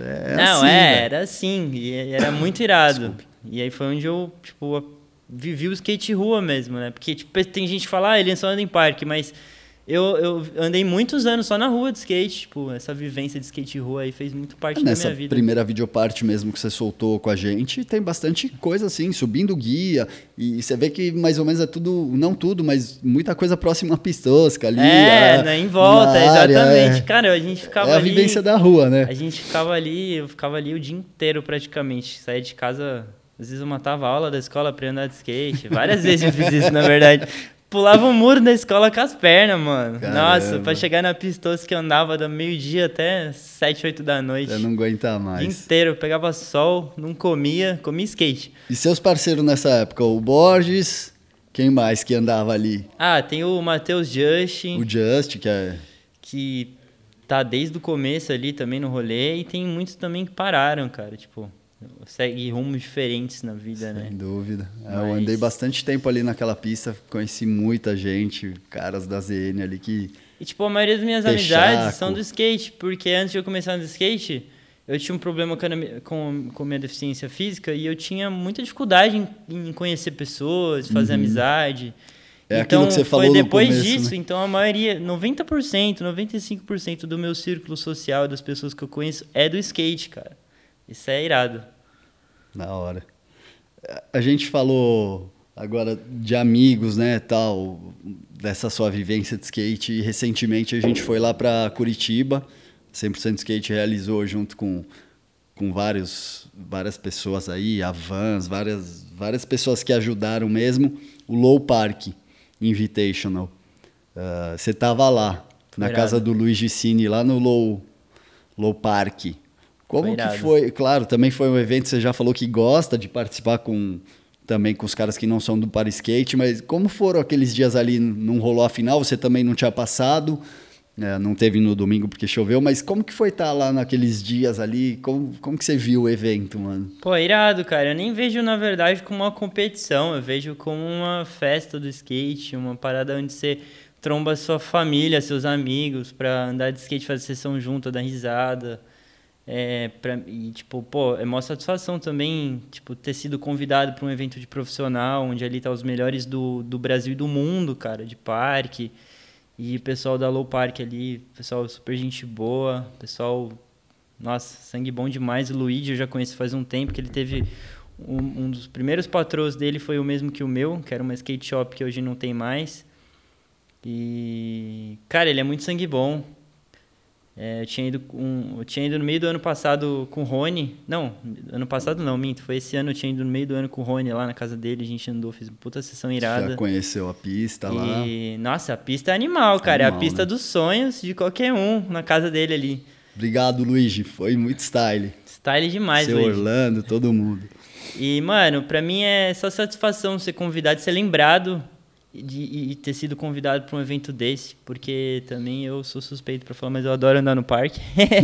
era assim, e era muito irado. Desculpe. E aí foi onde eu, tipo, vivi o skate rua mesmo, né? Porque tipo, tem gente que fala, ele só anda em parque, mas eu andei muitos anos só na rua de skate, tipo, essa vivência de skate rua aí fez muito parte da minha vida. Nessa primeira videoparte mesmo que você soltou com a gente, tem bastante coisa assim, subindo guia, e você vê que mais ou menos é tudo, não tudo, mas muita coisa próxima à Pistosca ali. Né, em volta, exatamente. Cara, a gente ficava ali... É a vivência da rua, né? A gente ficava ali, eu ficava ali o dia inteiro praticamente, saía de casa... Às vezes eu matava a aula da escola pra andar de skate. Várias vezes eu fiz isso, na verdade. Pulava o muro da escola com as pernas, mano. Caramba. Nossa, pra chegar na Pistosca que eu andava do meio-dia até 7, 8 da noite. Eu não aguentar mais. O dia inteiro, eu pegava sol, não comia skate. E seus parceiros nessa época? O Borges, quem mais que andava ali? Tem o Matheus Just. O Just, que tá desde o começo ali também no rolê. E tem muitos também que pararam, cara, tipo... Segue rumos diferentes na vida, né? Sem dúvida. Eu andei bastante tempo ali naquela pista, conheci muita gente, caras da ZN ali que... E tipo, a maioria das minhas amizades são do skate, porque antes de eu começar no skate, eu tinha um problema com minha deficiência física e eu tinha muita dificuldade em conhecer pessoas, fazer amizade. É então, aquilo que você falou no começo, foi depois disso, né? Então a maioria, 90%, 95% do meu círculo social, das pessoas que eu conheço, é do skate, cara. Isso é irado. Da hora. A gente falou agora de amigos, né, tal, dessa sua vivência de skate. E recentemente a gente foi lá para Curitiba. 100% Skate realizou junto com várias pessoas aí, a Vans, várias pessoas que ajudaram mesmo, o Low Park Invitational. Você estava lá, na casa do Luiz Gicini, lá no Low Park. Como que foi? Claro, também foi um evento, você já falou que gosta de participar também com os caras que não são do Para Skate, mas como foram aqueles dias ali? Não rolou a final, você também não tinha passado, não teve no domingo porque choveu, mas como que foi estar lá naqueles dias ali? Como que você viu o evento, mano? Pô, irado, cara. Eu nem vejo, na verdade, como uma competição, eu vejo como uma festa do skate, uma parada onde você tromba a sua família, seus amigos, pra andar de skate, fazer sessão junto, dar risada. E, tipo, pô, é uma satisfação também, tipo, ter sido convidado para um evento de profissional, onde ali tá os melhores do Brasil e do mundo, cara, de parque. E o pessoal da Low Park ali, pessoal super gente boa, pessoal, nossa, sangue bom demais. O Luigi eu já conheço faz um tempo, que ele teve um dos primeiros patrões dele foi o mesmo que o meu, que era uma skate shop que hoje não tem mais. E, cara, ele é muito sangue bom. Eu tinha ido no meio do ano passado com o Rony. Não, ano passado não, minto. Foi esse ano, eu tinha ido no meio do ano com o Rony lá na casa dele. A gente andou, fez uma puta sessão irada. Já conheceu a pista lá? Nossa, a pista é animal, cara. É a pista, né, dos sonhos de qualquer um na casa dele ali. Obrigado, Luigi. Foi muito style. Style demais, Luigi. Orlando, todo mundo. E, mano, pra mim é só satisfação ser convidado, ser lembrado e ter sido convidado para um evento desse, porque também eu sou suspeito para falar, mas eu adoro andar no parque.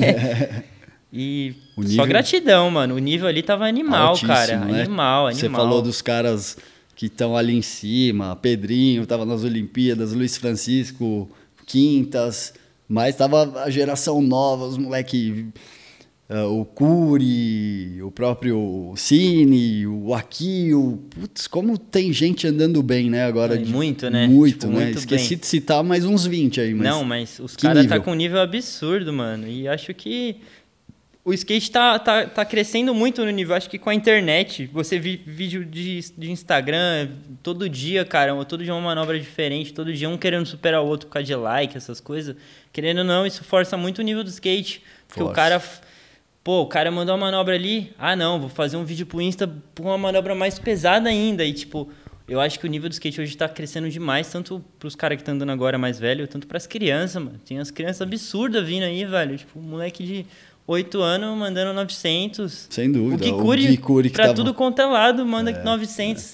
E só gratidão, mano. O nível ali tava animal, cara. Né? Animal. Você falou dos caras que estão ali em cima, Pedrinho tava nas Olimpíadas, Luiz Francisco, Quintas, mas tava a geração nova, os moleque... o Curi, o próprio Cine, o Akio. Putz, como tem gente andando bem, né? Agora muito, né? Muito, tipo, né? Muito Esqueci bem. De citar mais uns 20 aí. Mas não, mas os caras tá com um nível absurdo, mano. E acho que o skate tá crescendo muito no nível. Acho que com a internet, você vê vídeo de Instagram todo dia, cara. Todo dia uma manobra diferente. Todo dia um querendo superar o outro por causa de like, essas coisas. Querendo ou não, isso força muito o nível do skate. Porque o cara... Pô, o cara mandou uma manobra ali, não, vou fazer um vídeo pro Insta com uma manobra mais pesada ainda. E, tipo, eu acho que o nível do skate hoje tá crescendo demais, tanto pros caras que estão andando agora mais velho, tanto pras crianças, mano. Tem as crianças absurdas vindo aí, velho. Tipo, um moleque de 8 anos mandando 900. Sem dúvida. O Gikuri que pra tava... tudo quanto é lado, manda 900,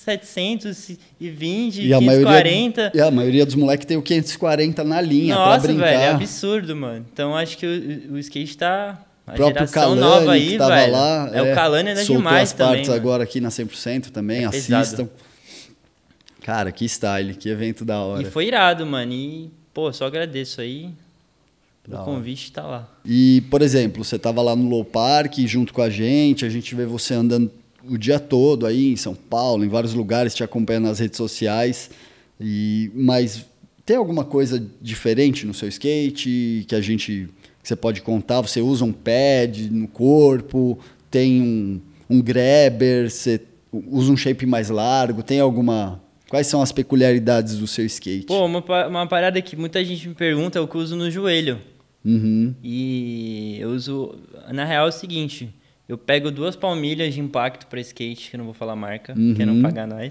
720, e 540. E a maioria dos moleques tem o 540 na linha. Nossa, pra brincar. Velho, é absurdo, mano. Então acho que o skate tá... A próprio geração Kalani, nova aí, que tava velho. lá. O Kalani ainda soltou demais as partes também, agora aqui na 100% também, assistam. Cara, que style, que evento da hora. E foi irado, mano. E, pô, só agradeço aí. O convite tá lá. E, por exemplo, você tava lá no Low Park junto com a gente vê você andando o dia todo aí em São Paulo, em vários lugares, te acompanha nas redes sociais. Mas tem alguma coisa diferente no seu skate que você pode contar? Você usa um pad no corpo, tem um grabber, você usa um shape mais largo, tem alguma... Quais são as peculiaridades do seu skate? Pô, uma parada que muita gente me pergunta é o que eu uso no joelho. Uhum. E eu uso... Na real é o seguinte, eu pego 2 palmilhas de impacto para skate, que eu não vou falar a marca, quer não pagar nós.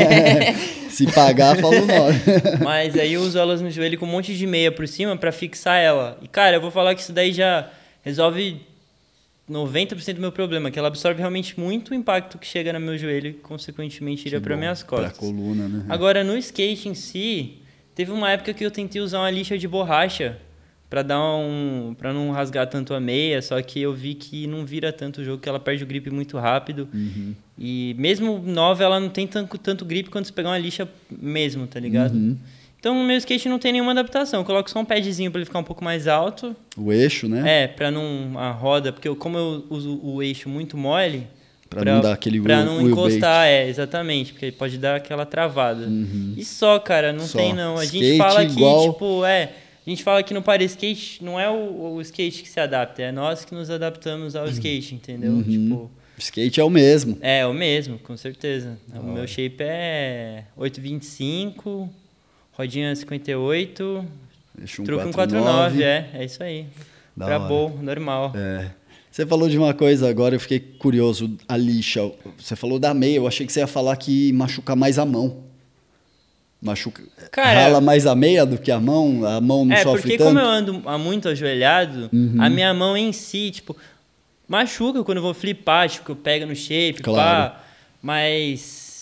Se pagar, fala o nome. Mas aí eu uso elas no joelho com um monte de meia por cima para fixar ela. E, cara, eu vou falar que isso daí já resolve 90% do meu problema, que ela absorve realmente muito o impacto que chega no meu joelho e, consequentemente, ira para minhas costas. Pra coluna, né? Agora, no skate em si, teve uma época que eu tentei usar uma lixa de borracha para para não rasgar tanto a meia, só que eu vi que não vira tanto o jogo, que ela perde o grip muito rápido. Uhum. E mesmo nova, ela não tem tanto grip quanto se pegar uma lixa mesmo, tá ligado? Uhum. Então, no meu skate não tem nenhuma adaptação. Eu coloco só um padzinho para ele ficar um pouco mais alto. O eixo, né? Para não... A roda... Porque como eu uso o eixo muito mole... Pra não dar aquele Pra não encostar, bait. Exatamente. Porque pode dar aquela travada. Uhum. E só, cara, não tem não. A gente fala que, tipo... A gente fala que no para skate não é o skate que se adapta. É nós que nos adaptamos ao skate, entendeu? Uhum. Tipo... Skate é o mesmo. É o mesmo, com certeza. O meu shape é 8,25... Rodinha 58, truque 149, é isso aí. Pra bowl, normal. Você falou de uma coisa agora, eu fiquei curioso, a lixa. Você falou da meia, eu achei que você ia falar que machuca mais a mão. Rala mais a meia do que a mão não sofre tanto? Porque como eu ando muito ajoelhado, a minha mão em si, tipo, machuca quando eu vou flipar, tipo, que eu pego no shape, claro. Mas...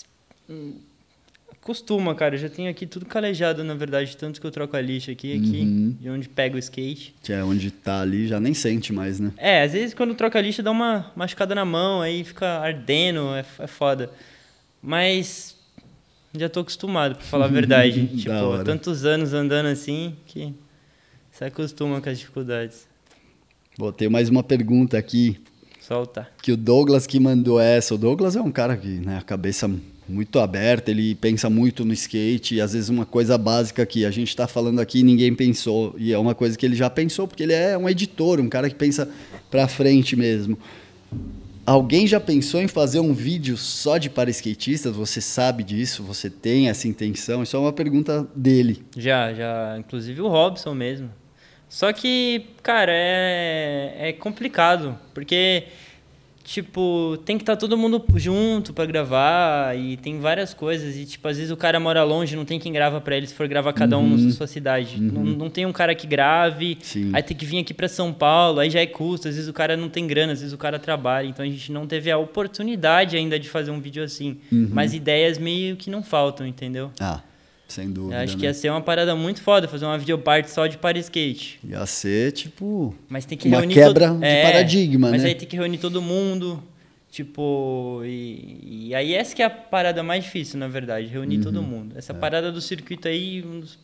Costuma, cara. Eu já tenho aqui tudo calejado, na verdade. Tanto que eu troco a lixa aqui, de onde pego o skate. Que é onde tá ali, já nem sente mais, né? Às vezes quando troca a lixa dá uma machucada na mão, aí fica ardendo, é foda. Mas já tô acostumado, pra falar a verdade. Tipo, tantos anos andando assim que se acostuma com as dificuldades. Tem mais uma pergunta aqui. Solta. Que o Douglas que mandou essa. O Douglas é um cara que, né, a cabeça... muito aberta, ele pensa muito no skate, e às vezes uma coisa básica que a gente está falando aqui ninguém pensou, e é uma coisa que ele já pensou, porque ele é um editor, um cara que pensa para frente mesmo. Alguém já pensou em fazer um vídeo só de para skatistas? Você sabe disso? Você tem essa intenção? Isso é uma pergunta dele. Já. Inclusive o Robson mesmo. Só que, cara, é complicado, porque... Tipo, tem que estar todo mundo junto pra gravar e tem várias coisas. E, tipo, às vezes o cara mora longe, não tem quem grava pra ele se for gravar cada um na sua cidade. Não tem um cara que grave, aí tem que vir aqui pra São Paulo, aí já é custo. Às vezes o cara não tem grana, às vezes o cara trabalha. Então a gente não teve a oportunidade ainda de fazer um vídeo assim. Mas ideias meio que não faltam, entendeu? Sem dúvida. Eu acho que ia ser uma parada muito foda, fazer uma videoparte só de para skate. Ia ser, tipo, mas tem que uma quebra de paradigma, mas né? Mas aí tem que reunir todo mundo, tipo... E aí essa que é a parada mais difícil, na verdade, reunir todo mundo. Essa parada do circuito aí,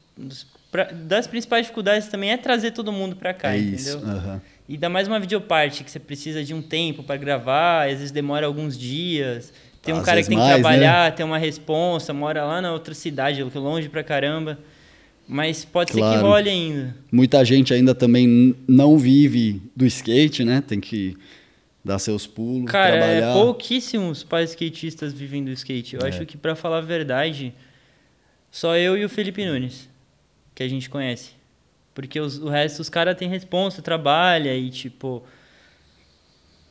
das principais dificuldades também é trazer todo mundo pra cá, entendeu? Isso. E ainda mais uma videoparte, que você precisa de um tempo para gravar, às vezes demora alguns dias... Tem um cara que tem que trabalhar, tem uma responsa, mora lá na outra cidade, longe pra caramba. Mas pode ser que role ainda. Muita gente ainda também não vive do skate, né? Tem que dar seus pulos, trabalhar. Pouquíssimos pais skatistas vivem do skate. Eu acho que, pra falar a verdade, só eu e o Felipe Nunes, que a gente conhece. Porque o resto, os caras têm responsa, trabalha e, tipo...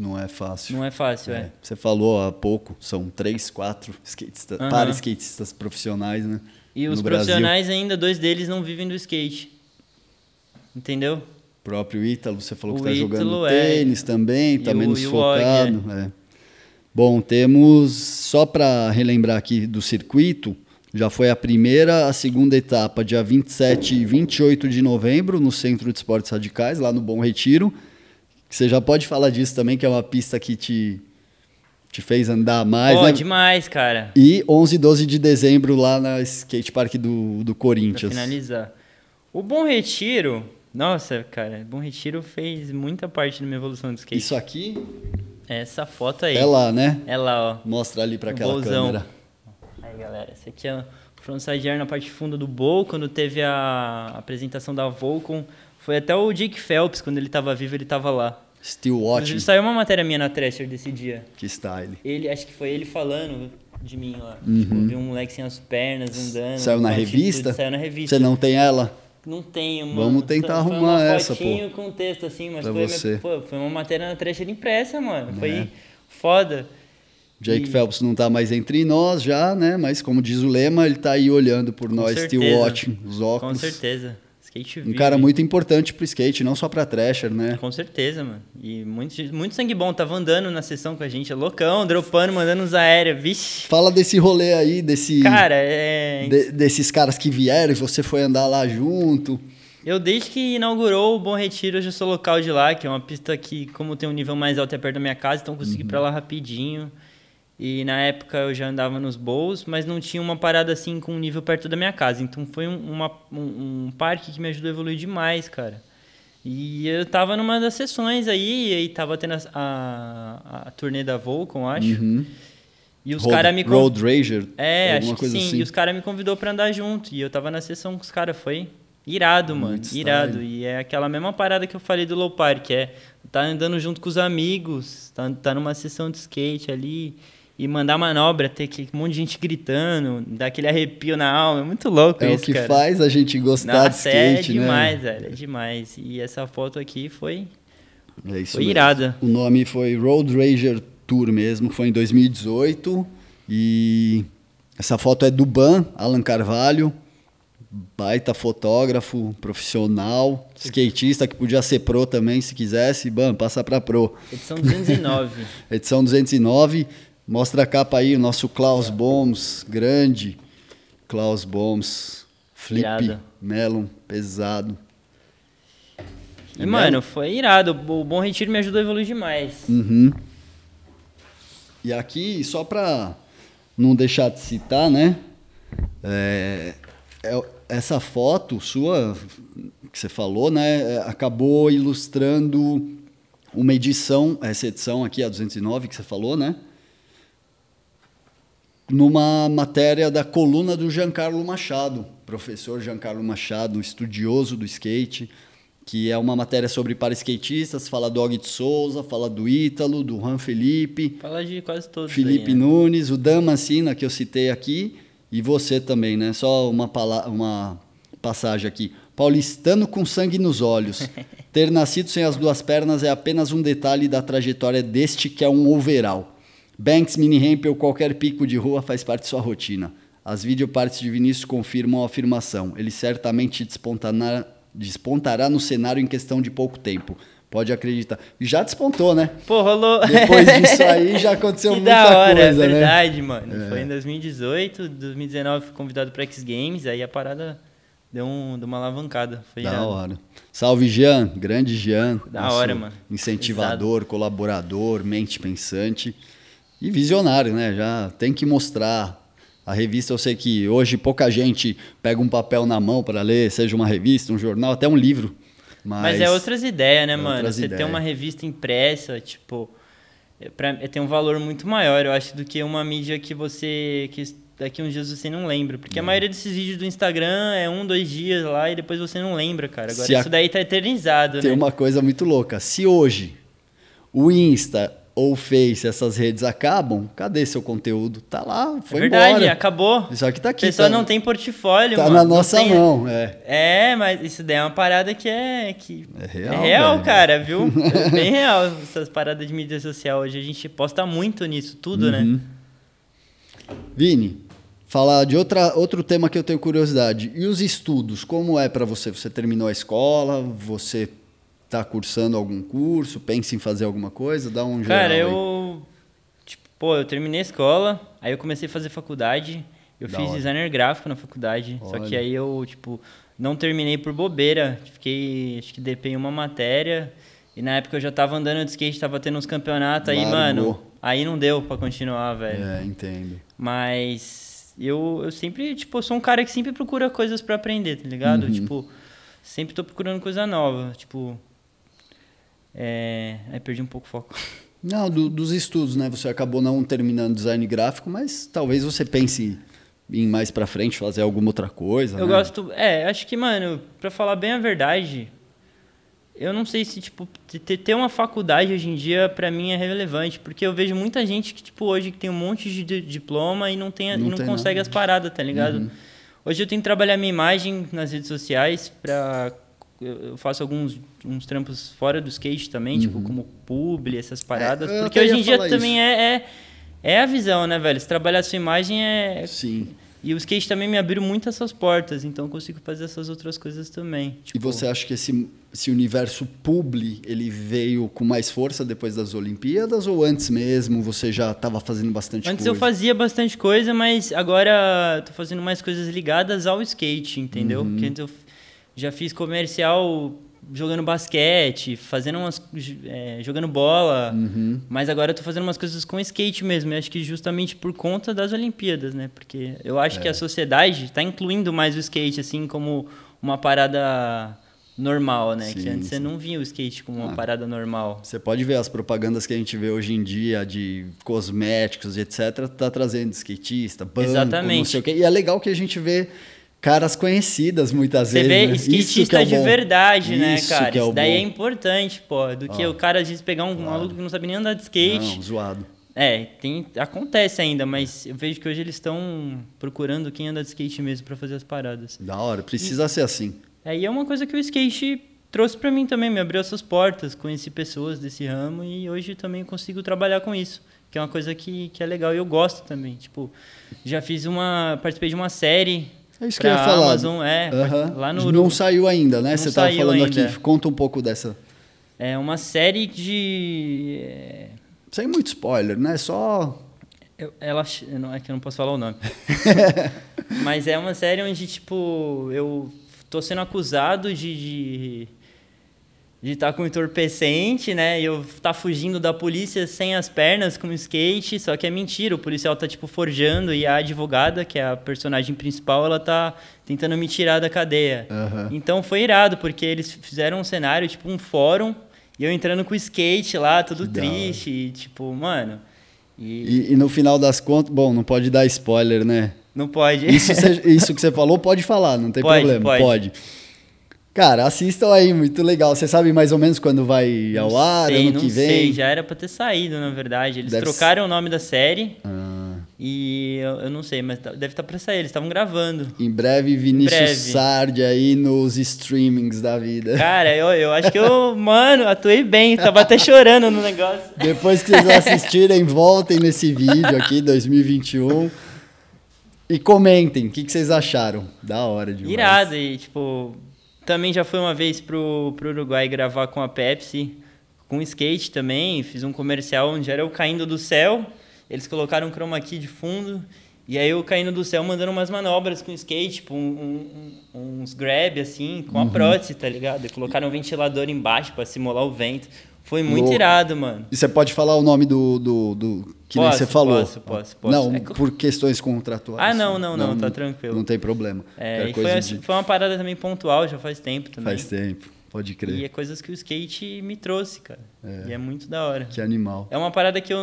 Não é fácil. Não é fácil, é. Você falou há pouco, são 3, 4 skatistas, para-skatistas profissionais, né? E os profissionais ainda, 2 deles não vivem do skate. Entendeu? O próprio Ítalo, você falou que O está jogando Ítalo, tênis também, está menos e o focado. Bom, temos, só para relembrar aqui do circuito, já foi a primeira, a segunda etapa, dia 27 e 28 de novembro, no Centro de Esportes Radicais, lá no Bom Retiro. Você já pode falar disso também, que é uma pista que te fez andar mais, né? Demais, cara. E 11 e 12 de dezembro lá na Skate Park do Corinthians. Pra finalizar. O Bom Retiro, nossa, cara, Bom Retiro fez muita parte da minha evolução do skate. Isso aqui? Essa foto aí. É lá, né? É lá, ó. Mostra ali para aquela câmera. Aí, galera, esse aqui é o frontside air na parte funda do bowl, quando teve a apresentação da Volcom. Foi até o Jake Phelps, quando ele tava vivo, ele tava lá. Still watching. Inclusive, saiu uma matéria minha na Thrasher desse dia. Que style. Acho que foi ele falando de mim lá. Tipo, vi um moleque sem as pernas andando. Saiu na revista? Saiu na revista. Você não tem ela? Não tenho, mano. Vamos tentar arrumar essa, pô. Foi uma fotinho com texto, assim, mas foi uma matéria na Thrasher impressa, mano. Foi foda. Jake Phelps não tá mais entre nós já, né? Mas como diz o lema, ele tá aí olhando por nós, still watching, os óculos. Com certeza. Skate vive. Um cara muito importante pro skate, não só pra Thrasher, né? Com certeza, mano. E muito sangue bom. Tava andando na sessão com a gente, é loucão, dropando, mandando uns aéreos, vixe. Fala desse rolê aí, Cara, desses caras que vieram e você foi andar lá junto. Eu, desde que inaugurou o Bom Retiro, eu já sou local de lá, que é uma pista que, como tem um nível mais alto, é perto da minha casa, então consegui ir pra lá rapidinho. E na época eu já andava nos bowls, mas não tinha uma parada assim com um nível perto da minha casa. Então foi um parque que me ajudou a evoluir demais, cara. E eu tava numa das sessões aí, e aí tava tendo a turnê da Volcom, acho. E os caras me Road Rager? Acho que sim. Assim. E os caras me convidou pra andar junto. E eu tava na sessão com os caras, foi irado, mano. Muito irado. Style. E é aquela mesma parada que eu falei do low park, tá andando junto com os amigos, tá numa sessão de skate ali. E mandar manobra, ter um monte de gente gritando, dar aquele arrepio na alma, é muito louco isso, cara. É o que faz a gente gostar de skate, né? É demais, né? velho, é demais. E essa foto aqui foi mesmo. Irada. O nome foi Road Rager Tour mesmo, foi em 2018. E essa foto é do Ban, Alan Carvalho, baita fotógrafo, profissional, skatista que podia ser pro também se quisesse. Ban, passa pra pro. Edição 209. Edição 209. Mostra a capa aí, o nosso Klaus Boms, grande. Klaus Boms, flip, irado. melon, pesado. E, mano, foi irado. O Bom Retiro me ajudou a evoluir demais. E aqui, só pra não deixar de citar, né? Essa foto sua, que você falou, né? Acabou ilustrando uma edição, essa edição aqui, a 209, que você falou, né? Numa matéria da coluna do Giancarlo Machado, professor Giancarlo Machado, estudioso do skate, que é uma matéria sobre para-skatistas, fala do Og de Souza, fala do Ítalo, do Juan Felipe. Fala de quase todos. Felipe aí, né? Nunes, o Dan Mancina, que eu citei aqui, e você também, né? Só uma passagem aqui. Paulistano com sangue nos olhos. Ter nascido sem as duas pernas é apenas um detalhe da trajetória deste que é um overall. Banks, mini ramp ou qualquer pico de rua faz parte de sua rotina. As videopartes de Vinícius confirmam a afirmação. Ele certamente despontará no cenário em questão de pouco tempo. Pode acreditar. E já despontou, né? Pô, rolou. Depois disso aí já aconteceu muita da hora, coisa, é verdade, né? mano. Foi em 2018, 2019 fui convidado para X Games, aí a parada deu uma alavancada. Foi da irado. hora. Salve, Jean. Grande Jean. Da hora, mano. Incentivador, pesado. Colaborador, mente pensante. E visionário, né? Já tem que mostrar. A revista, eu sei que hoje pouca gente pega um papel na mão para ler, seja uma revista, um jornal, até um livro. Mas é outras ideias, né, mano? Você ter uma revista impressa, tipo, tem um valor muito maior, eu acho, do que uma mídia que daqui uns dias você não lembra. Porque a maioria desses vídeos do Instagram é 1, 2 dias lá e depois você não lembra, cara. Agora isso daí tá eternizado, né? Tem uma coisa muito louca. Se hoje o Insta ou Face, essas redes acabam, cadê seu conteúdo? Tá lá, foi verdade, embora. acabou. Só que tá aqui. A pessoa tá, não tem portfólio, tá mano. na nossa tem... mão, mas isso daí é uma parada que é real, real, velho. cara, viu? É bem real essas paradas de mídia social. Hoje a gente posta muito nisso, tudo, né? Vini, falar de outro tema que eu tenho curiosidade. E os estudos, como é pra você? Você terminou a escola? Você tá cursando algum curso? Pensa em fazer alguma coisa? Dá um geral Cara, aí. eu terminei a escola, aí eu comecei a fazer faculdade. Eu Da fiz hora. designer gráfico na faculdade. Só que Olha. aí eu, não terminei por bobeira. Fiquei, acho que DP em uma matéria. E na época eu já tava andando de skate, tava tendo uns campeonatos. Aí, Largou. mano, aí não deu pra continuar, velho. Entendo. Mas eu sempre, eu sou um cara que sempre procura coisas pra aprender, tá ligado? Sempre tô procurando coisa nova. Aí perdi um pouco o foco. Não, dos estudos, né? Você acabou não terminando design gráfico, mas talvez você pense em mais pra frente fazer alguma outra coisa, Eu né? gosto... acho que, mano, pra falar bem a verdade, eu não sei se, ter uma faculdade hoje em dia, pra mim, é relevante. Porque eu vejo muita gente que, hoje que tem um monte de diploma e não consegue as paradas, tá ligado? Hoje eu tenho que trabalhar minha imagem nas redes sociais pra... Eu faço uns trampos fora do skate também, como publi, essas paradas. eu porque até ia hoje em dia falar também é a visão, né, velho? Se trabalhar a sua imagem Sim. E o skate também me abriu muito essas portas, então eu consigo fazer essas outras coisas também. E você acha que esse universo publi, ele veio com mais força depois das Olimpíadas ou antes mesmo você já estava fazendo bastante coisa? Antes eu fazia bastante coisa, mas agora tô fazendo mais coisas ligadas ao skate, entendeu? Porque antes eu já fiz comercial jogando basquete, jogando bola, mas agora eu tô fazendo umas coisas com skate mesmo, e acho que justamente por conta das Olimpíadas, né? Porque eu acho que a sociedade tá incluindo mais o skate, assim, como uma parada normal, né? Sim, que antes você não via o skate como uma parada normal. Você pode ver as propagandas que a gente vê hoje em dia de cosméticos e etc, tá trazendo skatista, banco, Exatamente. não sei o quê. E é legal que a gente vê caras conhecidas muitas Você vezes, vê né? skatista de verdade, né, Isso cara? que é o Isso daí bom. é importante, pô. Do que o cara, às vezes, pegar um maluco que não sabe nem andar de skate. Não, zoado. Acontece ainda, mas eu vejo que hoje eles estão procurando quem anda de skate mesmo pra fazer as paradas. Da hora, precisa ser assim. E é uma coisa que o skate trouxe pra mim também, me abriu essas portas, conheci pessoas desse ramo e hoje também consigo trabalhar com isso, que é uma coisa que é legal e eu gosto também. Participei de uma série. É isso que eu ia falar. Amazon, lá no Não saiu ainda, né? Não Você estava saiu falando ainda. aqui. Conta um pouco dessa. É uma série de... Sem muito spoiler, né? Só... É que eu não posso falar o nome. Mas é uma série onde, eu tô sendo acusado de estar com entorpecente, né? E eu tá fugindo da polícia sem as pernas, com skate, só que é mentira. O policial tá, forjando e a advogada, que é a personagem principal, ela tá tentando me tirar da cadeia. Então foi irado, porque eles fizeram um cenário, um fórum, e eu entrando com o skate lá, tudo triste, e, mano... E no final das contas... Bom, não pode dar spoiler, né? Não pode. Isso que você falou, pode falar, não tem problema. Pode. Cara, assistam aí, muito legal. Você sabe mais ou menos quando vai ao ar, ano que vem? Não sei, já era pra ter saído, na verdade. Eles trocaram o nome da série e eu não sei, mas deve estar pra sair. Eles estavam gravando. Em breve, Vinícius Sardi aí nos streamings da vida. Cara, eu acho que mano, atuei bem. Tava até chorando no negócio. Depois que vocês assistirem, voltem nesse vídeo aqui, 2021. E comentem, o que vocês acharam? Da hora demais. Irado, e também já fui uma vez pro Uruguai gravar com a Pepsi, com skate também. Fiz um comercial onde era eu caindo do céu. Eles colocaram um chroma key de fundo. E aí eu caindo do céu mandando umas manobras com skate, uns grab assim, com a prótese, tá ligado? E colocaram um ventilador embaixo pra simular o vento. Foi muito irado, mano. E você pode falar o nome do que nem você falou? Posso. Não, por questões contratuais. Não, tá tranquilo. Não tem problema. Foi uma parada também pontual, já faz tempo também. Faz tempo, pode crer. E é coisas que o skate me trouxe, cara. E é muito da hora. Que animal. É uma parada que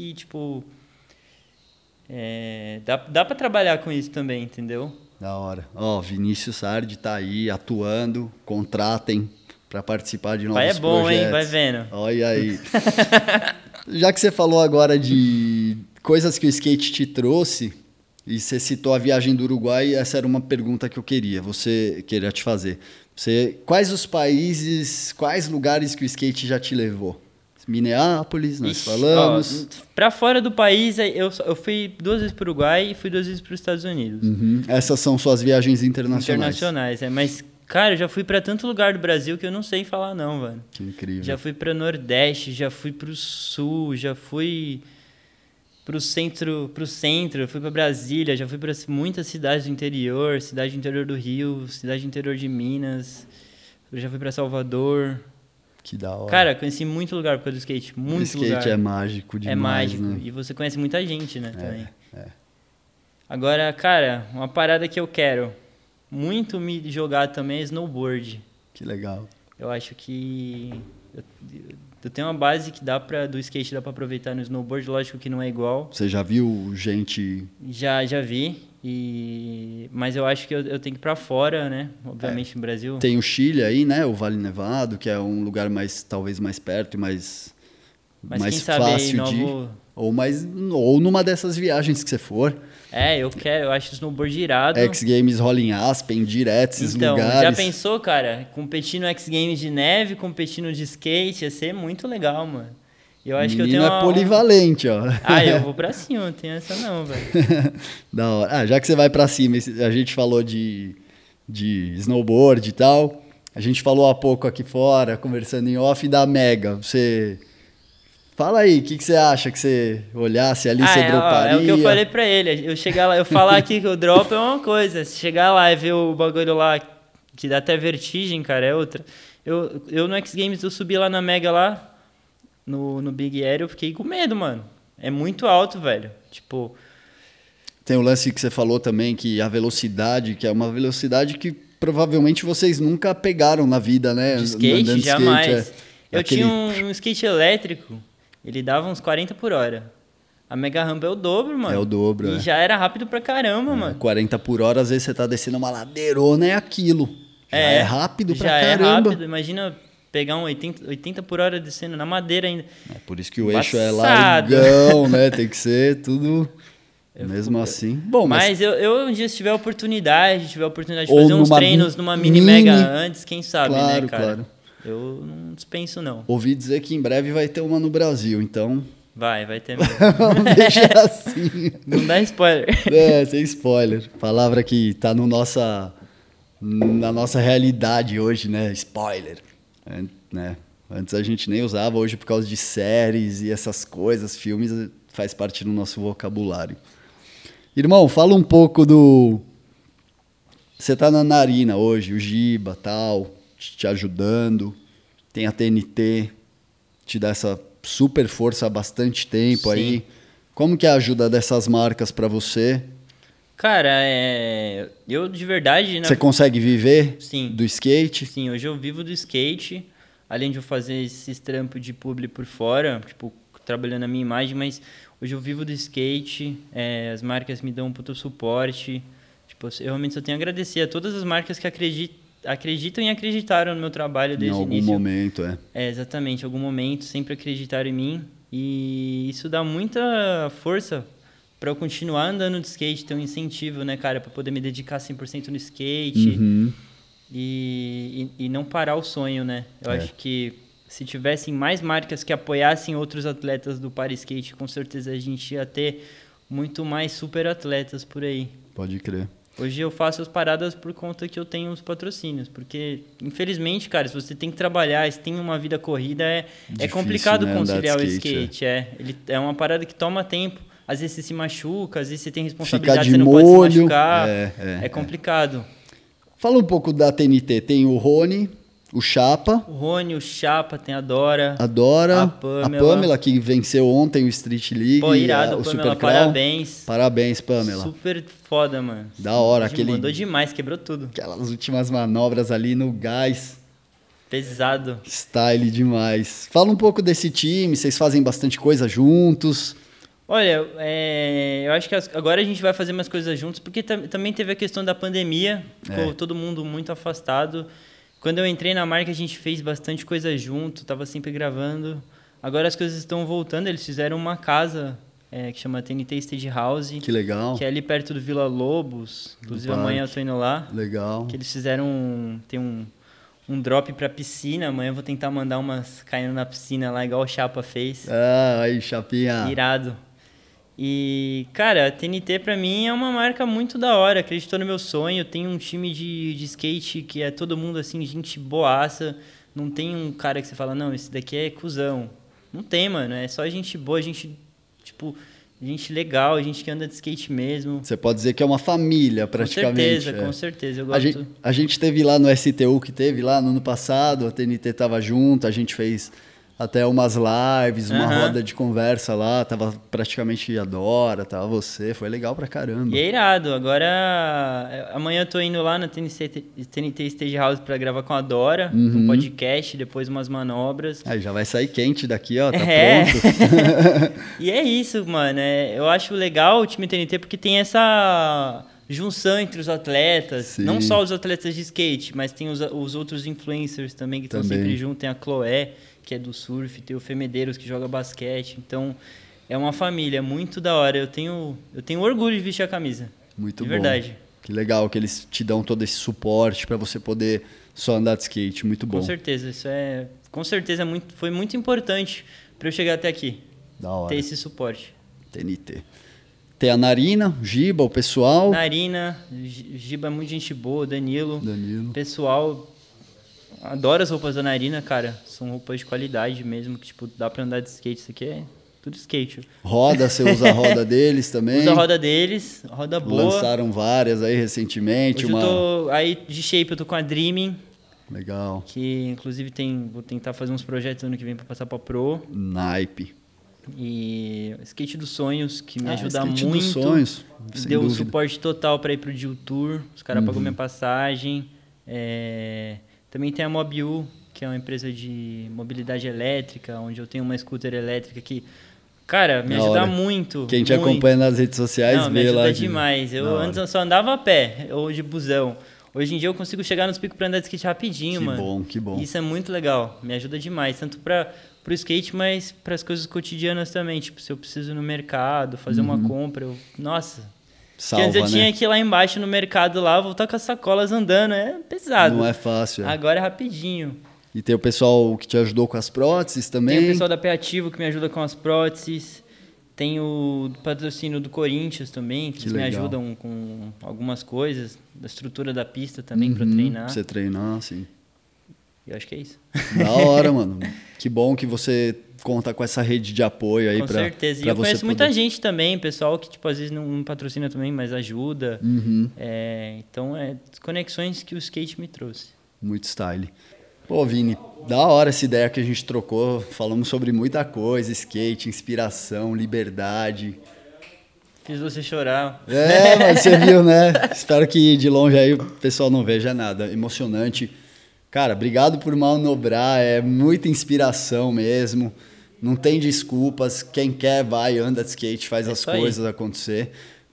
dá pra trabalhar com isso também, entendeu? Da hora. Vinícius Sardi tá aí atuando, contratem para participar de novos projetos. Vai bom, hein? Vai vendo. Olha aí. Já que você falou agora de coisas que o skate te trouxe, e você citou a viagem do Uruguai, essa era uma pergunta que eu queria te fazer. Quais os países, quais lugares que o skate já te levou? Minneapolis, nós falamos. Pra fora do país, eu fui 2 vezes pro Uruguai e fui 2 vezes pros Estados Unidos. Uhum. Essas são suas viagens internacionais. Internacionais, mas, cara, eu já fui pra tanto lugar do Brasil que eu não sei falar não, velho. Que incrível. Já fui pra Nordeste, já fui pro Sul, já fui pro centro, fui pra Brasília, já fui pra muitas cidades do interior, cidade do interior do Rio, cidade do interior de Minas, eu já fui pra Salvador. Que da hora. Cara, conheci muito lugar por causa do skate, muito lugar. O skate é mágico demais, é mágico, né? E você conhece muita gente, né, também. Agora, cara, uma parada que eu quero muito me jogar também é snowboard. Que legal. Eu acho que eu tenho uma base que do skate dá pra aproveitar no snowboard, lógico que não é igual. Você já viu gente... Já vi. Mas eu acho que eu tenho que ir pra fora, né? Obviamente no Brasil. Tem o Chile aí, né? O Vale Nevado, que é um lugar talvez mais perto e mais quem sabe fácil aí, de ir. Ou numa dessas viagens que você for. Eu acho o snowboard irado. X Games rola em Aspen, direto esses lugares. Já pensou, cara? Competir no X Games de neve, competindo de skate, ia ser muito legal, mano. Eu acho que eu tenho é polivalente, ó. Eu vou pra cima, não tenho essa não, velho. Da hora. Já que você vai pra cima, a gente falou de snowboard e tal. A gente falou há pouco aqui fora, conversando em off, da Mega. Você... Fala aí, o que você acha que você olhasse ali, você droparia? É o que eu falei pra ele. Eu chegar lá, eu falar aqui que o drop é uma coisa. Se chegar lá e ver o bagulho lá, que dá até vertigem, cara, é outra. Eu no X Games, eu subi lá na Mega lá, no Big Air, eu fiquei com medo, mano. É muito alto, velho. Tipo... Tem o lance que você falou também, que a velocidade, que é uma velocidade que provavelmente vocês nunca pegaram na vida, né? De skate, jamais. Eu aquele... tinha um skate elétrico, ele dava uns 40 por hora. A Mega Ramp é o dobro, mano. É o dobro, E já era rápido pra caramba, mano. 40 por hora, às vezes você tá descendo uma ladeirona, é aquilo. Já é rápido pra caramba. Já é rápido, imagina... Pegar um 80 por hora descendo na madeira ainda. É por isso que o eixo é largão, né? Tem que ser tudo mesmo assim. Bom, mas eu um dia, se tiver a oportunidade de fazer uns treinos numa mini Mega antes, quem sabe, claro, né, cara? Claro. Eu não dispenso, não. Ouvi dizer que em breve vai ter uma no Brasil, então... Vai ter mesmo. Vamos deixar assim. Não dá spoiler. Sem spoiler. Palavra que tá na nossa realidade hoje, né? Spoiler. Né? Antes a gente nem usava, hoje por causa de séries e essas coisas, filmes, faz parte do nosso vocabulário. Irmão, fala um pouco Você tá na Narina hoje, o Giba, tal, te ajudando, tem a TNT, te dá essa super força há bastante tempo. Sim. Aí. Como que é a ajuda dessas marcas para você? Cara, eu de verdade... Você consegue viver Sim. do skate? Sim, hoje eu vivo do skate, além de eu fazer esses trampos de publi por fora, tipo, trabalhando a minha imagem, mas hoje eu vivo do skate, as marcas me dão um puto suporte. Tipo, eu realmente só tenho a agradecer a todas as marcas que acreditam e acreditaram no meu trabalho desde o início. Em algum momento, exatamente, em algum momento, sempre acreditaram em mim. E isso dá muita força para eu continuar andando de skate, ter um incentivo, né, cara, para poder me dedicar 100% no skate. Uhum. E não parar o sonho, né? Eu acho que se tivessem mais marcas que apoiassem outros atletas do para skate, com certeza a gente ia ter muito mais super atletas por aí. Pode crer. Hoje eu faço as paradas por conta que eu tenho os patrocínios, porque infelizmente, cara, se você tem que trabalhar, se tem uma vida corrida, é complicado, né, conciliar o skate. Ele é uma parada que toma tempo. Às vezes você se machuca, às vezes você tem responsabilidade, você não pode se machucar. É complicado. Fala um pouco da TNT. Tem o Rony, o Chapa. O Rony, o Chapa, tem a Dora. A Dora. A Pamela, que venceu ontem o Street League. Pô, irado, o Pamela, Super parabéns. Parabéns, Pamela. Super foda, mano. Da hora. Mandou demais, quebrou tudo. Aquelas últimas manobras ali no gás. Pesado. Style demais. Fala um pouco desse time, vocês fazem bastante coisa juntos. Olha, eu acho que agora a gente vai fazer mais coisas juntos, porque também teve a questão da pandemia, ficou todo mundo muito afastado. Quando eu entrei na marca, a gente fez bastante coisa junto, tava sempre gravando. Agora as coisas estão voltando, eles fizeram uma casa que chama TNT Stage House. Que legal. Que é ali perto do Vila Lobos. Inclusive amanhã eu tô indo lá. Legal. Que eles fizeram tem um drop pra piscina. Amanhã eu vou tentar mandar umas caindo na piscina lá, igual o Chapa fez. Aí, Chapinha. Irado. E, cara, a TNT pra mim é uma marca muito da hora. Acreditou no meu sonho. Eu tenho um time de skate que é todo mundo assim, gente boaça. Não tem um cara que você fala, não, esse daqui é cuzão. Não tem, mano. É só gente boa, gente, tipo, gente legal, gente que anda de skate mesmo. Você pode dizer que é uma família, praticamente. Com certeza. Eu gosto. A gente teve lá no STU, que teve lá no ano passado, a TNT tava junto, a gente fez até umas lives, uma roda de conversa lá, tava praticamente a Dora, tava você, foi legal pra caramba. E é irado. Agora, amanhã eu tô indo lá na TNT Stage House pra gravar com a Dora, um podcast, depois umas manobras. Aí já vai sair quente daqui, ó, tá pronto. E é isso, mano. Eu acho legal o time TNT porque tem essa junção entre os atletas. Sim. Não só os atletas de skate, mas tem os outros influencers também que estão sempre juntos. Tem a Chloé, que é do surf, tem o Fê Medeiros, que joga basquete. Então, é uma família muito da hora. Eu tenho orgulho de vestir a camisa. Muito de bom. Verdade. Que legal que eles te dão todo esse suporte para você poder só andar de skate. Muito bom. Com certeza. Com certeza, foi muito importante para eu chegar até aqui. Da hora. Ter esse suporte. TNT. Tem a Narina, o Giba, o pessoal. Narina, Giba é muito gente boa, Danilo. Pessoal, adoro as roupas da Narina, cara. São roupas de qualidade mesmo, que tipo, dá pra andar de skate. Isso aqui é tudo skate. Roda, você usa a roda deles também? Usa a roda deles, roda boa. Lançaram várias aí recentemente. Hoje eu tô, aí de shape eu tô com a Dreaming. Legal. Que inclusive vou tentar fazer uns projetos ano que vem pra passar pra Pro. Naipe. E skate dos sonhos, que me ajuda skate muito. Dos sonhos, deu dúvida. Suporte total para ir pro Deal Tour. Os caras pagou minha passagem. Também tem a Mobiu, que é uma empresa de mobilidade elétrica, onde eu tenho uma scooter elétrica que, cara, me ajuda muito. Quem te acompanha nas redes sociais vê lá. Me ajuda demais. Eu antes só andava a pé, ou de busão. Hoje em dia eu consigo chegar nos picos para andar de skate rapidinho, mano. Que bom. Isso é muito legal. Me ajuda demais, tanto pro skate, mas para as coisas cotidianas também. Tipo, se eu preciso ir no mercado, fazer uma compra, nossa. Salva, antes eu tinha que ir lá embaixo no mercado lá, voltar com as sacolas andando. É pesado. Não é fácil. Agora é rapidinho. E tem o pessoal que te ajudou com as próteses também? Tem o pessoal da Peativo que me ajuda com as próteses. Tem o patrocínio do Corinthians também, que eles me ajudam com algumas coisas. Da estrutura da pista também para treinar. Pra você treinar, sim. Eu acho que é isso. Da hora, mano. Que bom que você conta com essa rede de apoio aí. Com certeza. E eu conheço muita gente também, pessoal que tipo, às vezes não patrocina também, mas ajuda. Então, conexões que o skate me trouxe. Muito style. Pô, Vini, da hora essa ideia que a gente trocou. Falamos sobre muita coisa, skate, inspiração, liberdade. Fiz você chorar. Mas você viu, né? Espero que de longe aí o pessoal não veja nada. Emocionante. Cara, obrigado por manobrar, é muita inspiração mesmo. Não tem desculpas. Quem quer, vai, anda de skate, faz as coisas acontecer.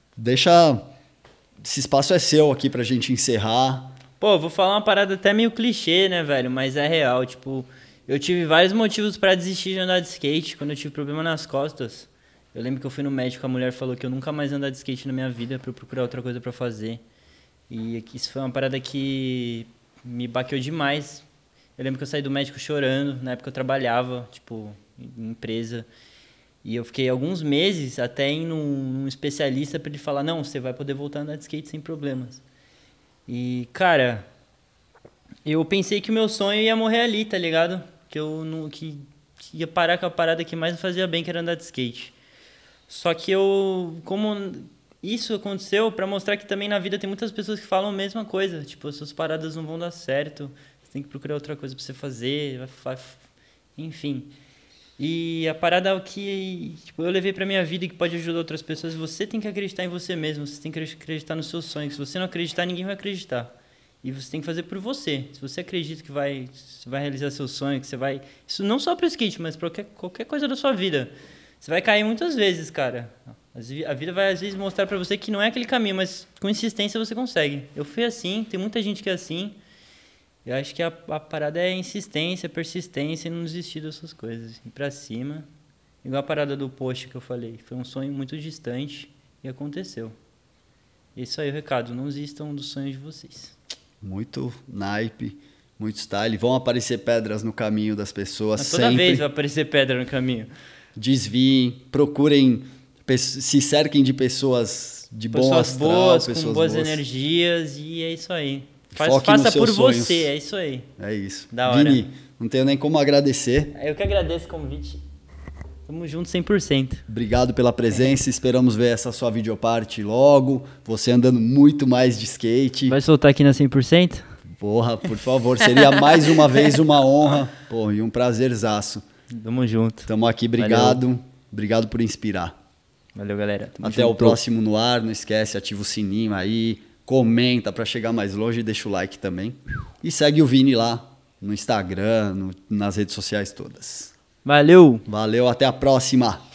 Esse espaço é seu aqui pra gente encerrar. Pô, vou falar uma parada até meio clichê, né, velho? Mas é real. Tipo, eu tive vários motivos pra desistir de andar de skate quando eu tive problema nas costas. Eu lembro que eu fui no médico, a mulher falou que eu nunca mais ia andar de skate na minha vida pra eu procurar outra coisa pra fazer. E isso foi uma parada que me baqueou demais. Eu lembro que eu saí do médico chorando. Na época eu trabalhava, tipo, em empresa. E eu fiquei alguns meses até indo num especialista pra ele falar, não, você vai poder voltar a andar de skate sem problemas. E, cara, eu pensei que o meu sonho ia morrer ali, tá ligado? Que ia parar com a parada que mais me fazia bem, que era andar de skate. Só que como isso aconteceu pra mostrar que também na vida tem muitas pessoas que falam a mesma coisa. Tipo, as suas paradas não vão dar certo, você tem que procurar outra coisa pra você fazer, enfim. E a parada que tipo, eu levei pra minha vida e que pode ajudar outras pessoas, você tem que acreditar em você mesmo, você tem que acreditar nos seus sonhos. Se você não acreditar, ninguém vai acreditar. E você tem que fazer por você. Se você acredita que você vai realizar seu sonho, que você vai... Isso não só pro skate, mas pra qualquer coisa da sua vida. Você vai cair muitas vezes, cara. A vida vai, às vezes, mostrar pra você que não é aquele caminho, mas com insistência você consegue. Eu fui assim, tem muita gente que é assim. Eu acho que a parada é insistência, persistência e não desistir dessas coisas. Ir pra cima. Igual a parada do post que eu falei. Foi um sonho muito distante e aconteceu. Isso aí é o recado. Não desistam dos sonhos de vocês. Muito naipe, muito style. Vão aparecer pedras no caminho das pessoas. Mas toda sempre. vez vai aparecer pedra no caminho. Desviem, procurem, se cerquem de pessoas de bom astral. Boas, pessoas com boas energias e é isso aí. Foque Faça nos seus por sonhos. você, é isso aí. É isso. Da hora. Vini, não tenho nem como agradecer. Eu que agradeço o convite. Tamo junto 100%. Obrigado pela presença. Esperamos ver essa sua videoparte logo. Você andando muito mais de skate. Vai soltar aqui na 100%? Porra, por favor. Seria mais uma vez uma honra. Pô, e um prazerzaço. Tamo junto. Tamo aqui, obrigado. Valeu. Obrigado por inspirar. Valeu, galera. Tamo Até junto. o próximo no ar. Não esquece, ativa o sininho aí. Comenta para chegar mais longe e deixa o like também. E segue o Vini lá no Instagram, nas redes sociais todas. Valeu! Valeu, até a próxima!